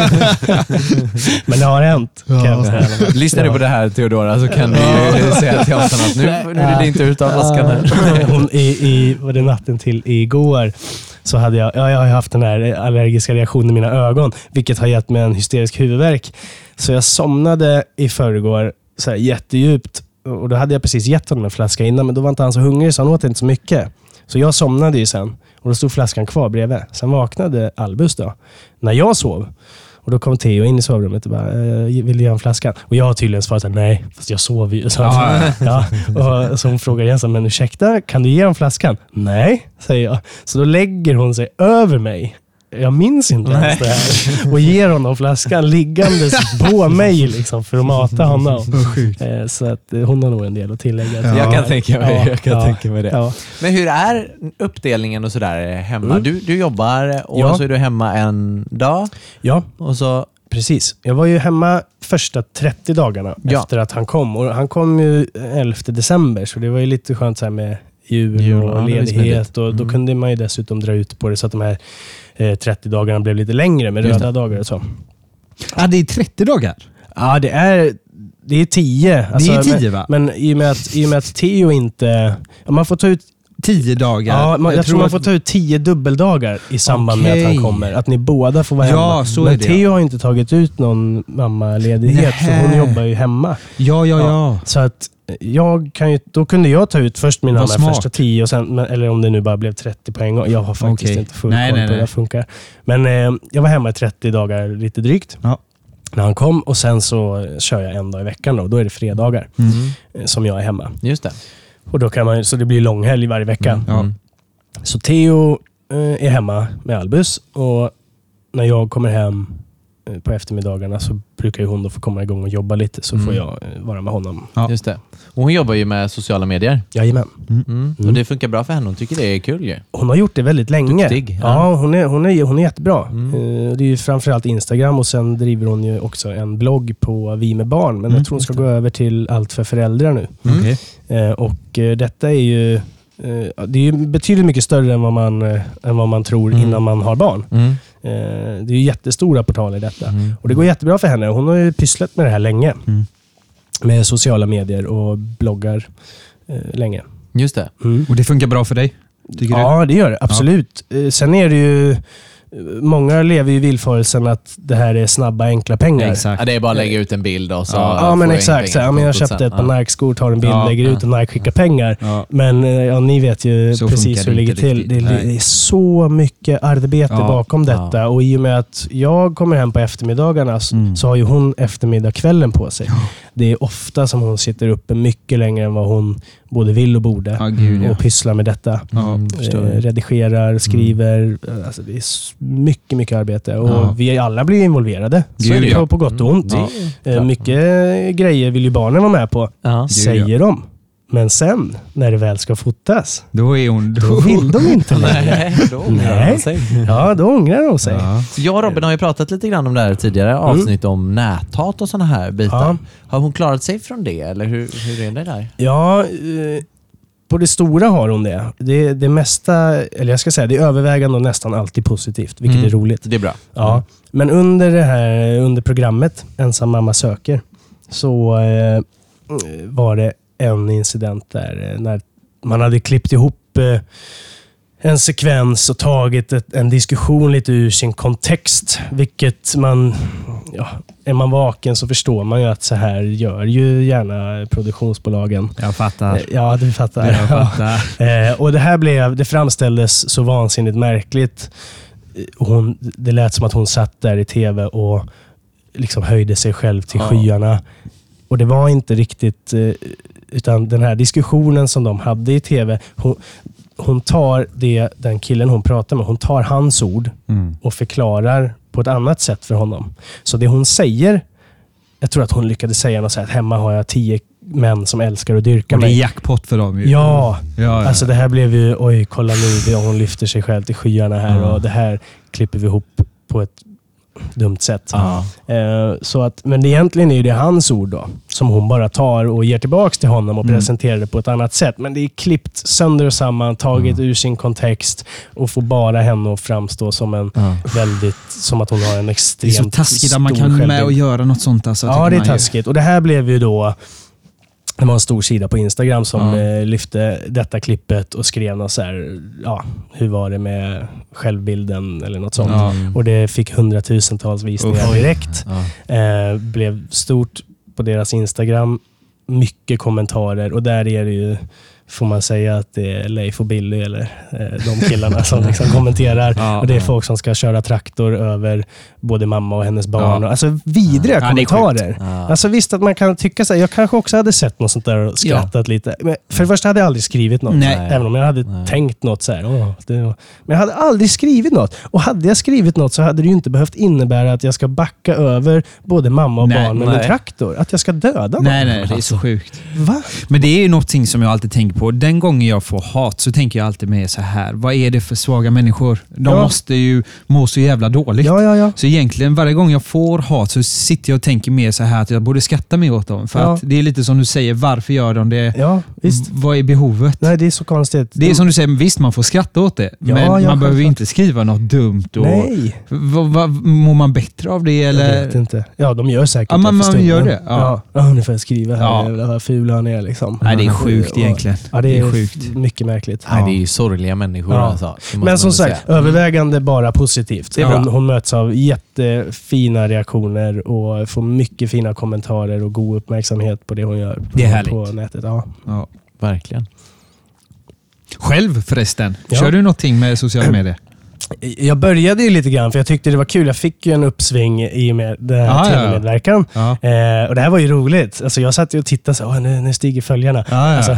Men det har hänt. Kan jag säga. Lyssnar du på det här, Theodora, så kan du säga till oss att nu är det inte ut av flaskan här. Var det natten till igår så hade jag har haft den här allergiska reaktionen i mina ögon, vilket har gett mig en hysterisk huvudvärk. Så jag somnade i förrgår så här jättedjupt, och då hade jag precis gett honom en flaska innan, men då var inte han så hungrig så han åt inte så mycket. Så jag somnade ju sen och då stod flaskan kvar bredvid. Sen vaknade Albus då, när jag sov. Och då kom Theo in i sovrummet och bara, vill du ge en flaskan? Och jag har tydligen svarat nej, fast jag sover ju. Och så hon frågar igen, men ursäkta, kan du ge en flaskan? Nej, säger jag. Så då lägger hon sig över mig. Jag minns inte ens det här. Och ger honom flaskan liggandes på mig liksom, för att mata honom. Så att hon har nog en del att tillägga. Jag kan tänka mig det. Ja. Men hur är uppdelningen och sådär hemma? Du jobbar och så är du hemma en dag? Ja. Och så... Precis. Jag var ju hemma första 30 dagarna efter att han kom. Och han kom ju 11 december, så det var ju lite skönt så här med jul och ledighet. Och då kunde man ju dessutom dra ut på det så att de här 30 dagarna blev lite längre med röda dagar och så. Ja, det är 30 dagar? Ja, det är 10. Alltså, det är 10 va? Men i och med att Theo inte... Man får ta ut 10 dagar? Ja, jag tror man får ta ut 10 dubbeldagar i samband med att han kommer. Att ni båda får vara hemma. Så men är det. Theo har inte tagit ut någon mammaledighet, för hon jobbar ju hemma. Ja. Så att då kunde jag ta ut först mina första 10 och sen, eller om det nu bara blev 30 på en gång. Jag har faktiskt inte full koll på hur det funkar. Men jag var hemma i 30 dagar lite drygt. Ja. När han kom, och sen så kör jag en dag i veckan då är det fredagar som jag är hemma. Just det. Och då kan så det blir långhelg varje vecka. Så Theo är hemma med Albus, och när jag kommer hem på eftermiddagarna så brukar ju hon då få komma igång och jobba lite, så får jag vara med honom. Ja. Just det. Och hon jobbar ju med sociala medier. Jajamän. Och det funkar bra för henne. Hon tycker det är kul ju. Hon har gjort det väldigt länge. Duktig. Ja, hon är jättebra. Det är ju framförallt Instagram, och sen driver hon ju också en blogg på Vi med barn. Men jag tror hon ska gå över till Allt för föräldrar nu. Och detta är ju det är ju betydligt mycket större än vad man tror innan man har barn. Det är ju jättestora portaler i detta. Och det går jättebra för henne. Hon har ju pysslat med det här länge. Med sociala medier och bloggar länge. Just det. Och det funkar bra för dig? Ja, det gör det. Absolut. Sen är det ju... Många lever ju i villfarelsen att det här är snabba, enkla pengar. Exakt. Ja, det är bara att lägga ut en bild och så... Ja, men exakt. Så, jag köpte ett par Nike-skor, tar en bild, lägger ut och Nike skickar pengar. Men ni vet ju så precis hur det ligger till. Det är så mycket arbete bakom detta. Och i och med att jag kommer hem på eftermiddagarna så har ju hon eftermiddagskvällen på sig. Det är ofta som hon sitter uppe mycket längre än vad hon både vill och borde. Och pysslar med detta. Redigerar, skriver. Alltså det är mycket, mycket arbete. Och vi alla blir involverade. Så på gott och ont. Mycket grejer vill ju barnen vara med på. Säger de. Men sen, när det väl ska fotas, då vill de inte längre. Då ångrar de sig. Jag och Robin har ju pratat lite grann om det här tidigare avsnitt om näthat och sådana här bitar. Har hon klarat sig från det? Eller hur är det där? Ja, på det stora har hon det. Det mesta, eller jag ska säga, det är övervägande och nästan alltid positivt, vilket är roligt. Det är bra. Ja, men under programmet Ensam mamma söker så var det en incident där när man hade klippt ihop en sekvens och tagit en diskussion lite ur sin kontext, vilket är man vaken så förstår man ju att så här gör ju gärna produktionsbolagen. Jag fattar. Ja, du fattar. Jag fattar. Och det framställdes så vansinnigt märkligt. Det lät som att hon satt där i tv och liksom höjde sig själv till skyarna. Och det var inte riktigt, utan den här diskussionen som de hade i tv, hon tar den killen hon pratar med, hon tar hans ord och förklarar på ett annat sätt för honom. Så det hon säger, jag tror att hon lyckades säga något så här, att hemma har jag 10 män som älskar att dyrka Och det är mig. jackpot för dem ju. Ja, Ja. alltså det här blev ju, oj kolla nu, hon lyfter sig själv till skyarna här och det här klipper vi ihop på ett dumt sätt. Så att, men egentligen är det hans ord då, som hon bara tar och ger tillbaks till honom och presenterar det på ett annat sätt. Men det är klippt sönder och samman, taget ur sin kontext och får bara henne att framstå som en väldigt, som att hon har en Det är extremt så taskigt stor att man kan med självbild. och göra något sånt. Alltså, Ja, det är taskigt. Och det här blev ju då, det var en stor sida på Instagram som lyfte detta klippet och skrev något så här, hur var det med självbilden eller något sånt. Och det fick 100,000-tals visningar direkt. Blev stort på deras Instagram. Mycket kommentarer och där är det ju, får man säga att det är Leif och Billy eller de killarna som liksom kommenterar. Och det är folk som ska köra traktor över både mamma och hennes barn. Och, alltså vidriga kommentarer. Alltså visst att man kan tycka så här, jag kanske också hade sett något sånt där och skrattat lite. Men för det första hade jag aldrig skrivit något. Även om jag hade tänkt något så här. Men jag hade aldrig skrivit något. Och hade jag skrivit något så hade det ju inte behövt innebära att jag ska backa över både mamma och barn med en traktor. Att jag ska döda någon. Nej, det är så sjukt. Va? Men det är ju någonting som jag alltid tänker på. Den gången jag får hat så tänker jag alltid med så här. Vad är det för svaga människor? De måste ju må så jävla dåligt. Ja. Så egentligen varje gång jag får hat så sitter jag och tänker mer så här att jag borde skratta mer åt dem. För att det är lite som du säger, varför gör de det? Ja, visst. Vad är behovet? Nej, det är så konstigt. Det är som du säger, visst man får skratta åt det. Men man behöver ju inte skriva något dumt. Och Nej. Mår man bättre av det? Eller? Jag vet inte. Ja, de gör säkert Ja, det man för stunden. gör det. Ja. Nu får jag skriva här. Jävlar vad ful han är liksom. Nej, det är sjukt egentligen. Ja, det är sjukt. Mycket märkligt. Nej, det är ju sorgliga människor alltså. Men som sagt, övervägande bara positivt. Hon möts av jättefina reaktioner och får mycket fina kommentarer och god uppmärksamhet på det hon gör Det är härligt. på nätet. Ja. Verkligen. Själv förresten, kör du någonting med sociala medier? Jag började ju lite grann för jag tyckte det var kul. Jag fick ju en uppsving i och med den här tv-medverkan. Ja. Och det här var ju roligt. Alltså jag satt ju och tittade så nu stiger följarna. Alltså,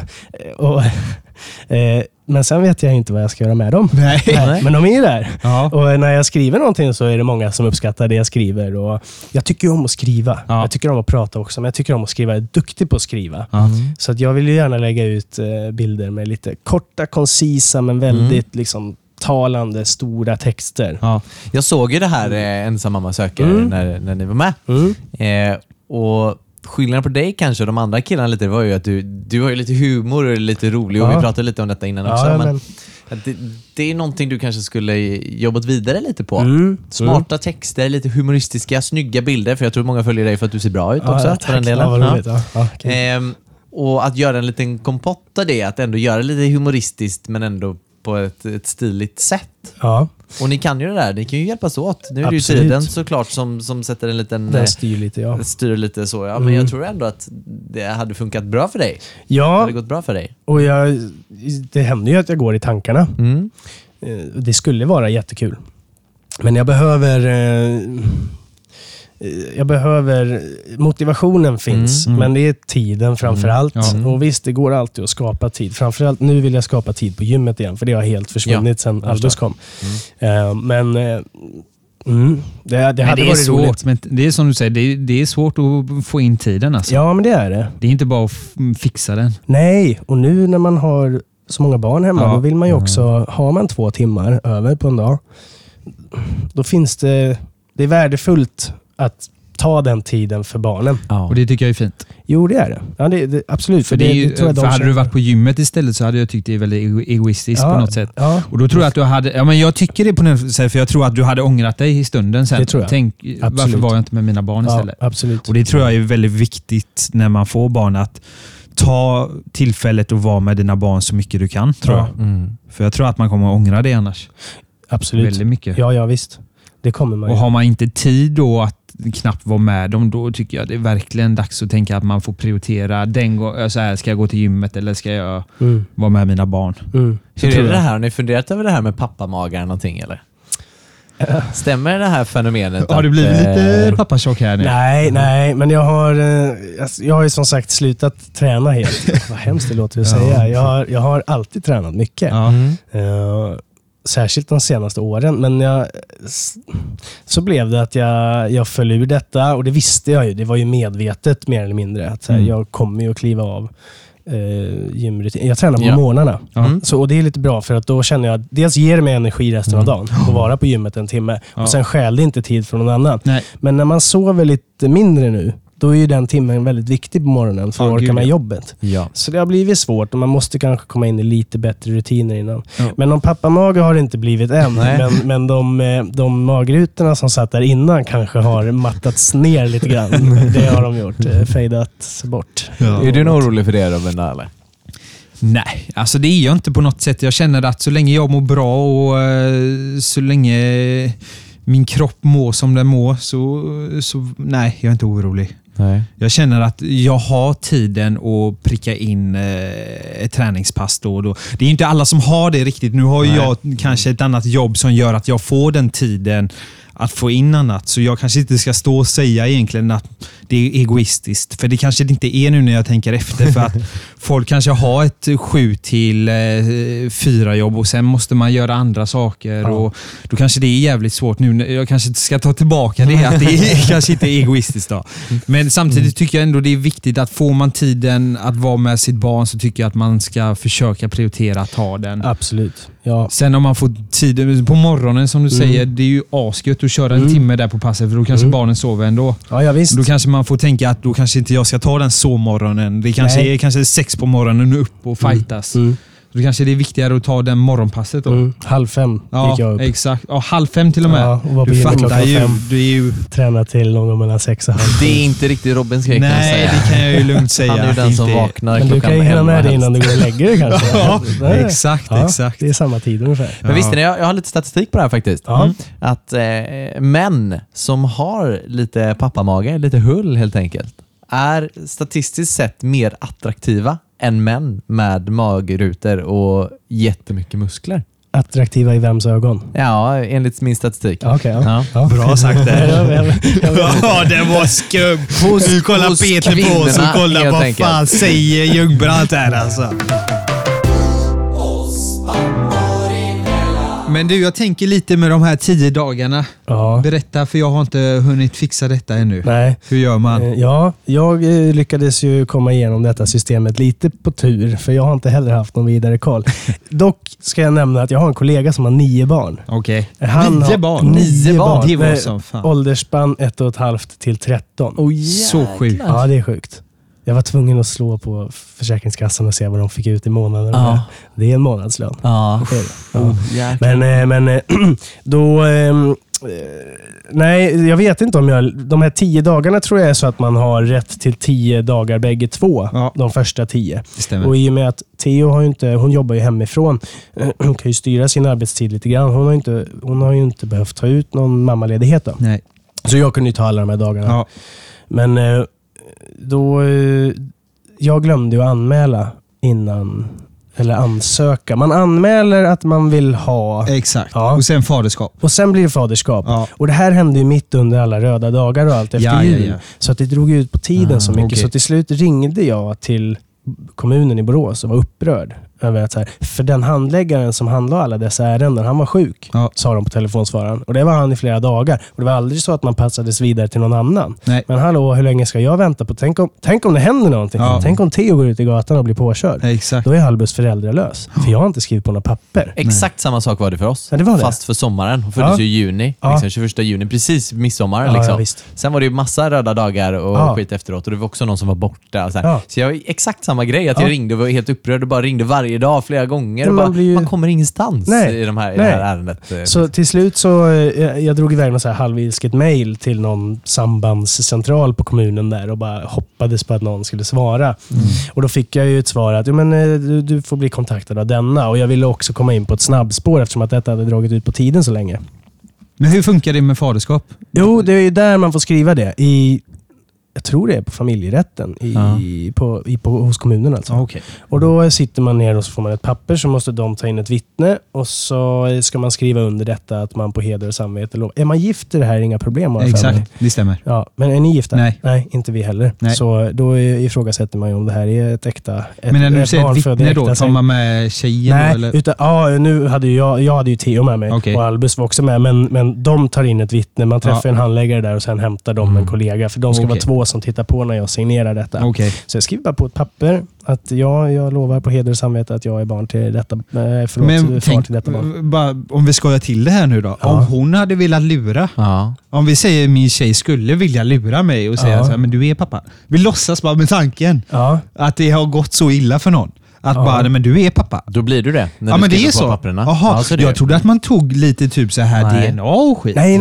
men sen vet jag inte vad jag ska göra med dem. Nej. Men de är ju där. Och när jag skriver någonting så är det många som uppskattar det jag skriver. Och jag tycker om att skriva. Jag tycker om att prata också, men jag tycker om att skriva. Jag är duktig på att skriva. Så att jag vill ju gärna lägga ut bilder med lite korta, koncisa, men väldigt liksom talande, stora texter. Jag såg ju det här Ensam mamma söker när ni var med. Och skillnaden på dig kanske och de andra killarna lite var ju att du har ju lite humor och är lite rolig och vi pratade lite om detta innan också. Men det är någonting du kanske skulle jobbat vidare lite på. Smarta texter, lite humoristiska, snygga bilder, för jag tror många följer dig för att du ser bra ut också. För den delen. Och att göra en liten kompott av det, att ändå göra lite humoristiskt men ändå på ett stiligt sätt. Och ni kan ju det där, ni kan ju hjälpas åt. Nu är det ju tiden såklart som sätter en liten... Den styr lite så, men jag tror ändå att det hade funkat bra för dig. Det hade gått bra för dig. Och det händer ju att jag går i tankarna. Det skulle vara jättekul. Men jag behöver motivationen finns, men det är tiden framförallt. Och visst, det går alltid att skapa tid. Framförallt nu vill jag skapa tid på gymmet igen, för det har helt försvunnit sedan Aldous kom. Men det hade varit svårt, roligt. men det är som du säger, det är svårt att få in tiden alltså. Ja, men det är det. Det är inte bara att fixa den. Nej, och nu när man har så många barn hemma, då vill man ju också, har man 2 timmar över på en dag, då finns det är värdefullt att ta den tiden för barnen. Och det tycker jag är fint. Jo, det är det. Ja, det absolut. För, hade du varit på gymmet istället så hade jag tyckt det är väldigt egoistiskt på något sätt. Och då tror jag att du hade... men jag tycker det på något sätt, för jag tror att du hade ångrat dig i stunden sen. Det tror jag. Tänk, varför var jag inte med mina barn istället? Absolut. Och det tror jag är väldigt viktigt när man får barn, att ta tillfället att vara med dina barn så mycket du kan, tror jag. För jag tror att man kommer att ångra det annars. Absolut. Väldigt mycket. Ja, visst. Det kommer man. Och har man inte tid då att knappt vara med dem, då tycker jag det är verkligen dags att tänka att man får prioritera så här, ska jag gå till gymmet eller ska jag vara med mina barn? Hur är det här? Har ni funderat över det här med pappamagar någonting eller? Stämmer det här fenomenet? Har du blivit lite pappatjock här nu? Nej, men jag har ju som sagt slutat träna helt. Vad hemskt det låter att säga. Jag har alltid tränat mycket. Ja. Särskilt de senaste åren. Men så blev det att jag föll ur detta, och det visste jag ju. Det var ju medvetet mer eller mindre. Att jag kommer ju att kliva av gymrutin. Jag tränar på morgnarna. Och det är lite bra, för att då känner jag att dels ger det mig energi resten av dagen att vara på gymmet en timme. Och sen stjäl det inte tid från någon annan. Nej. Men när man sover lite mindre nu, då är ju den timmen väldigt viktig på morgonen för att orka med jobbet. Ja. Så det har blivit svårt, och man måste kanske komma in i lite bättre rutiner innan. Men om pappamage har det inte blivit än. Men de magrutorna som satt där innan kanske har mattats ner lite grann. Det har de gjort. Fejdats bort. Ja. Är du orolig för det, Robin? Eller? Nej, alltså det är jag inte på något sätt. Jag känner att så länge jag mår bra och så länge min kropp mår som den mår, så nej, jag är inte orolig. Nej. Jag känner att jag har tiden att pricka in ett träningspass då och då. Det är inte alla som har det riktigt. Nu har jag kanske ett annat jobb som gör att jag får den tiden att få in annat. Så jag kanske inte ska stå och säga egentligen att det är egoistiskt. För det kanske det inte är nu när jag tänker efter. För att folk kanske har ett 7-4 jobb och sen måste man göra andra saker. Och då kanske det är jävligt svårt nu. Jag kanske inte ska ta tillbaka det, att det är kanske inte är egoistiskt då. Men samtidigt tycker jag ändå det är viktigt att får man tiden att vara med sitt barn, så tycker jag att man ska försöka prioritera att ta den. Absolut. Ja. Sen om man får tid på morgonen som du säger, det är ju asgött att köra en timme där på passet, för då kanske barnen sover ändå. Ja, visst. Då kanske man får tänka att då kanske inte jag ska ta den sovmorgonen. Det kanske är kanske 6 på morgonen upp och fightas. Då kanske det är viktigare att ta den morgonpasset då. 4:30 gick jag upp. Exakt. Ja, 4:30 till och med. Ja, och var på Du gymmet fattar ju. 5. Du är ju... Träna till någon mellan 6 och 7:30. Det är inte riktigt Robins grej, kan jag Nej, säga. det kan jag ju lugnt säga. Han är ju den som vaknar Men du klockan kan ju hinna 11 med det helst. innan du går och lägger dig kanske. Ja, Nej. exakt. Det är samma tid ungefär. Men visste ni, jag har lite statistik på det här faktiskt. Ja. Att män som har lite pappamage, lite hull helt enkelt, är statistiskt sett mer attraktiva än män med magrutor och jättemycket muskler. Attraktiva i vems ögon? Ja, enligt min statistik. Okej, Ja. Bra sagt det. Ja, det var skumt. Nu kollar hos Peter på oss och kvinnorna, kollar helt vad enkelt. fan säger Ljungbrant här alltså. Men du, jag tänker lite med de här 10 dagarna. Ja. Berätta, för jag har inte hunnit fixa detta ännu. Nej. Hur gör man? Ja, jag lyckades ju komma igenom detta systemet lite på tur, för jag har inte heller haft någon vidare koll. Dock ska jag nämna att jag har en kollega som har 9 barn. Okej. Han 9 har barn? 9 barn. Det var med som fan. åldersspann 1,5 till 13. Så sjukt. Ja, det är sjukt. Jag var tvungen att slå på Försäkringskassan och se vad de fick ut i månaden. Ja. Det är en månadslön. Ja. Det är det. Ja. Jäklar. Men då... nej, jag vet inte om de här 10 dagarna tror jag är så att man har rätt till 10 dagar bägge två. Ja. De första 10. Det stämmer. Och i och med att Theo hon jobbar ju hemifrån. Hon kan ju styra sin arbetstid lite grann. Hon har ju inte behövt ta ut någon mammaledighet då. Nej. Så jag kunde ju ta alla de här dagarna. Ja. Men då... Jag glömde ju att anmäla innan... Eller ansöka. Man anmäler att man vill ha... Exakt. Ja. Och sen faderskap. Och sen blir det faderskap. Ja. Och det här hände ju mitt under alla röda dagar och allt efter jul. Ja. Så att det drog ut på tiden så mycket. okej. Så till slut ringde jag till kommunen i Borås och var upprörd över att så här, för den handläggaren som handlade alla dessa ärenden, han var sjuk, sa de på telefonsvararen. Och det var han i flera dagar. Och det var aldrig så att man passades vidare till någon annan. Nej. Men hallå, hur länge ska jag vänta på? Tänk om det händer någonting. Ja. Tänk om Theo går ut i gatan och blir påkörd. Exakt. Då är Albus föräldralös. För jag har inte skrivit på några papper. Exakt samma sak var det för oss. Ja, det var det. Fast för sommaren. Hon föddes ju i juni. Ja. Liksom 21 juni. Precis midsommar. Ja, Liksom. ja, visst. Sen var det ju massa röda dagar och Ja. skit efteråt. Och det var också någon som var borta. Och så här. Ja. Så jag exakt samma grej. Att jag ringde och var helt upprörd och bara ringde varje dag, flera gånger. Men Och man bara, blir ju- man kommer ingenstans Nej. i det här Nej. ärendet. Så till slut så jag drog iväg någon så här halvilsket mejl till någon sambandscentral på kommunen där och bara hoppades på att någon skulle svara. Och då fick jag ju ett svar att du får bli kontaktad av denna. Och jag ville också komma in på ett snabbspår eftersom att detta hade dragit ut på tiden så länge. Men hur funkar det med faderskap? Jo, det är ju där man får skriva det. jag tror det är på familjerätten hos kommunen alltså. Okej. Och då sitter man ner och så får man ett papper, så måste de ta in ett vittne och så ska man skriva under detta att man på heder och samvete är man gift är det här inga problem. Exakt, det stämmer. Ja, men är ni gifta? Nej. Inte vi heller. Nej. Så då ifrågasätter man ju om det här är ett äkta Men när du säger ett vittne då, tar man med tjejen? Nej, då, eller? utan, nu hade jag hade ju Theo med mig och Albus var också med, men de tar in ett vittne. Man träffar en handläggare där och sen hämtar de en kollega, för de ska vara 2 som tittar på när jag signerar detta. Så jag skriver bara på ett papper att jag lovar på heder och samvete att jag är barn till detta. Men far till detta barn. Bara, om vi skojar till det här nu då. Om hon hade velat lura. Om vi säger min tjej skulle vilja lura mig och säga så här, men du är pappa. Vi låtsas bara med tanken att det har gått så illa för någon. Att bara, men du är pappa. Då blir du det. När ja, du men det är på så. Papperna. Jaha, så jag trodde att man tog lite typ så här DNA och skit. Nej.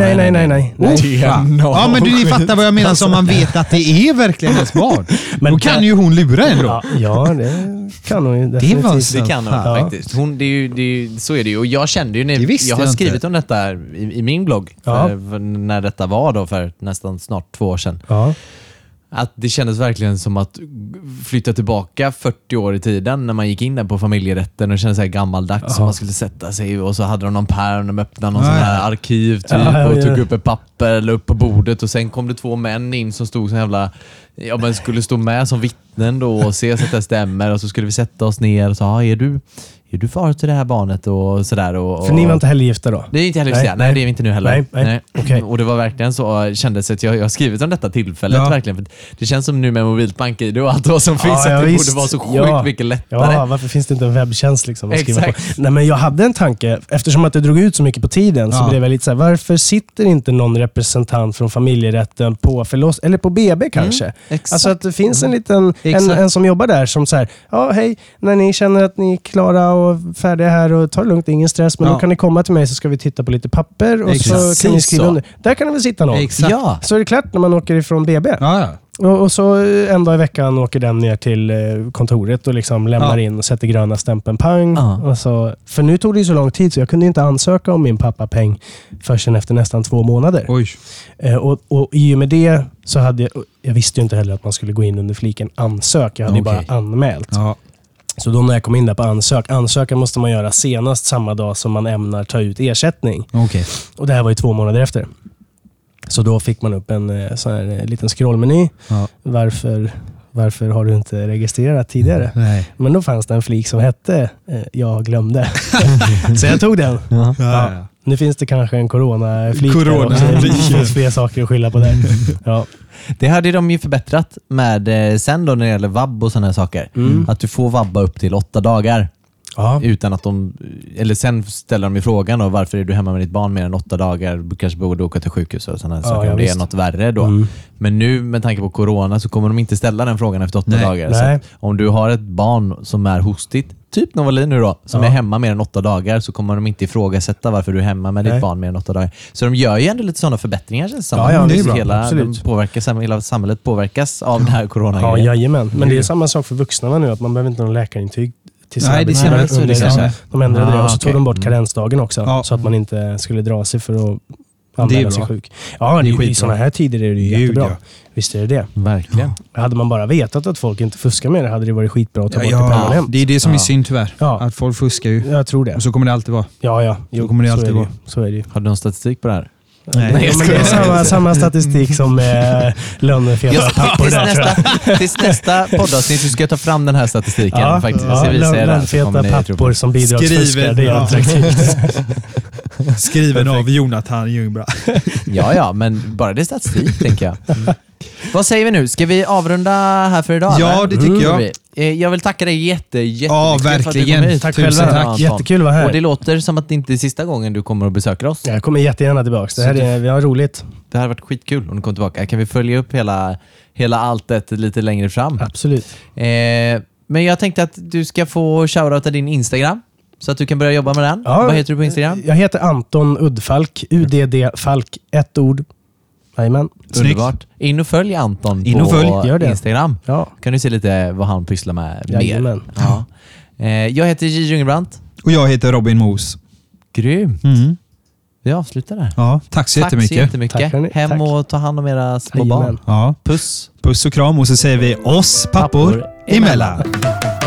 Ja, men du fattar vad jag menar, som man vet att det är verkligen ens barn. Men då kan ju hon lura ändå. Ja, det kan hon ju definitivt. Det kan hon faktiskt. Så är det ju. Och jag kände ju när jag har skrivit om detta i min blogg för när detta var då för nästan snart 2 år sedan. Att det kändes verkligen som att flytta tillbaka 40 år i tiden när man gick in där på familjerätten och kände sig gammaldags som man skulle sätta sig och så hade de någon pärm, de öppnade någon sån här arkiv typ och tog upp ett papper eller upp på bordet och sen kom det 2 män in som stod som jävla man skulle stå med som vittnen då och se så att det stämmer och så skulle vi sätta oss ner och sa är du far till det här barnet och sådär. Och, för ni var inte heller gifta då? Det är inte heller gifta. Nej, det är vi inte nu heller. Nej. Okay. Och det var verkligen så, kändes att jag har skrivit om detta tillfället verkligen. För det känns som nu med mobilt bank-id och allt vad som finns att det borde vara så sjukt mycket lättare. Ja, varför finns det inte en webbtjänst liksom att skriva på? Nej, men jag hade en tanke, eftersom att det drog ut så mycket på tiden så blev jag lite så här, varför sitter inte någon representant från familjerätten på eller på BB kanske? Alltså att det finns en liten en som jobbar där som så här, hej, när ni känner att ni är klara och färdiga här och ta det lugnt, ingen stress, men då kan ni komma till mig så ska vi titta på lite papper och så kan ni skriva under. Där kan det väl sitta någon. Ja. Så är det klart när man åker ifrån BB. Och så en dag i veckan åker den ner till kontoret och liksom lämnar in och sätter gröna stämpeln, pang. Och så, för nu tog det ju så lång tid så jag kunde inte ansöka om min pappapeng förrän efter nästan 2 månader. Oj. Och i och med det så hade jag visste ju inte heller att man skulle gå in under fliken ansök. Jag hade ju bara anmält. Så då när jag kom in där på ansökan måste man göra senast samma dag som man ämnar ta ut ersättning. Och det här var ju 2 månader efter. Så då fick man upp en sån här liten scrollmeny. Varför har du inte registrerat tidigare? Nej. Men då fanns det en flik som hette jag glömde. Så jag tog den. Nu finns det kanske en corona-flik. Det finns fler saker att skylla på där. Det hade de ju förbättrat med sen då när det gäller vabb och sådana här saker. Att du får vabba upp till 8 dagar. Utan att eller sen ställer de ju frågan då, varför är du hemma med ditt barn mer än 8 dagar? Du kanske borde åka till sjukhus och sådana saker om det är något värre då. Men nu med tanke på corona så kommer de inte ställa den frågan efter 8 dagar. Så om du har ett barn som är hostigt, typ Novalin nu då, som är hemma mer än 8 dagar så kommer de inte ifrågasätta varför du är hemma med ditt barn mer än 8 dagar. Så de gör ju ändå lite sådana förbättringar. Det hela samhället påverkas av det här corona. Jajamän. Men det är samma sak för vuxna nu, att man behöver inte någon läkarintyg. Nej, det ser de ändrade det och så tog de bort karensdagen också så att man inte skulle dra sig för att anmäla sig sjuk. Ja, i sådana här tider är det ju jättebra. Visst är det. Verkligen. Hade man bara vetat att folk inte fuskar med det hade det varit skitbra att ta bort det permanent. Det är det som är synd tyvärr. Att folk fuskar ju. Jag tror det. Och så kommer det alltid vara. Jo, kommer det alltid vara. Så är det ju. Har du någon statistik på det här? Nej, men det är samma statistik som lönefeta pappor där. Tills nästa poddavsnitt så ska jag ta fram den här statistiken faktiskt. Lönefeta pappor som bidragsfuskar, det är attraktivt. Skriven av Jonathan Ljungbra. Ja, men bara det är statistik tänker jag. Vad säger vi nu? Ska vi avrunda här för idag? Ja, det tycker jag. Jag vill tacka dig jättemycket verkligen. Tack själva. Tack. Jättekul att vara här. Och det låter som att det inte är sista gången du kommer och besöker oss. Jag kommer jättegärna tillbaka. Vi har roligt. Det har varit skitkul om du kommer tillbaka. Kan vi följa upp hela alltet lite längre fram? Absolut. Men jag tänkte att du ska få shoutouta din Instagram. Så att du kan börja jobba med den. Vad heter du på Instagram? Jag heter Anton Uddfalk. UDD Falk. Ett ord. Jajamän. Underbart. In och följ Anton på Instagram. Kan du se lite vad han pysslar med mer. Jag heter J. Ljungbrandt. Och jag heter Robin Mos. Grymt. Vi avslutar där. Ja, tack så Tack så jättemycket. jättemycket. Tack, hörni. Hem Tack. och ta hand om era små Jajamän. barn. Ja, Puss. puss och kram och så säger vi oss pappor emellan.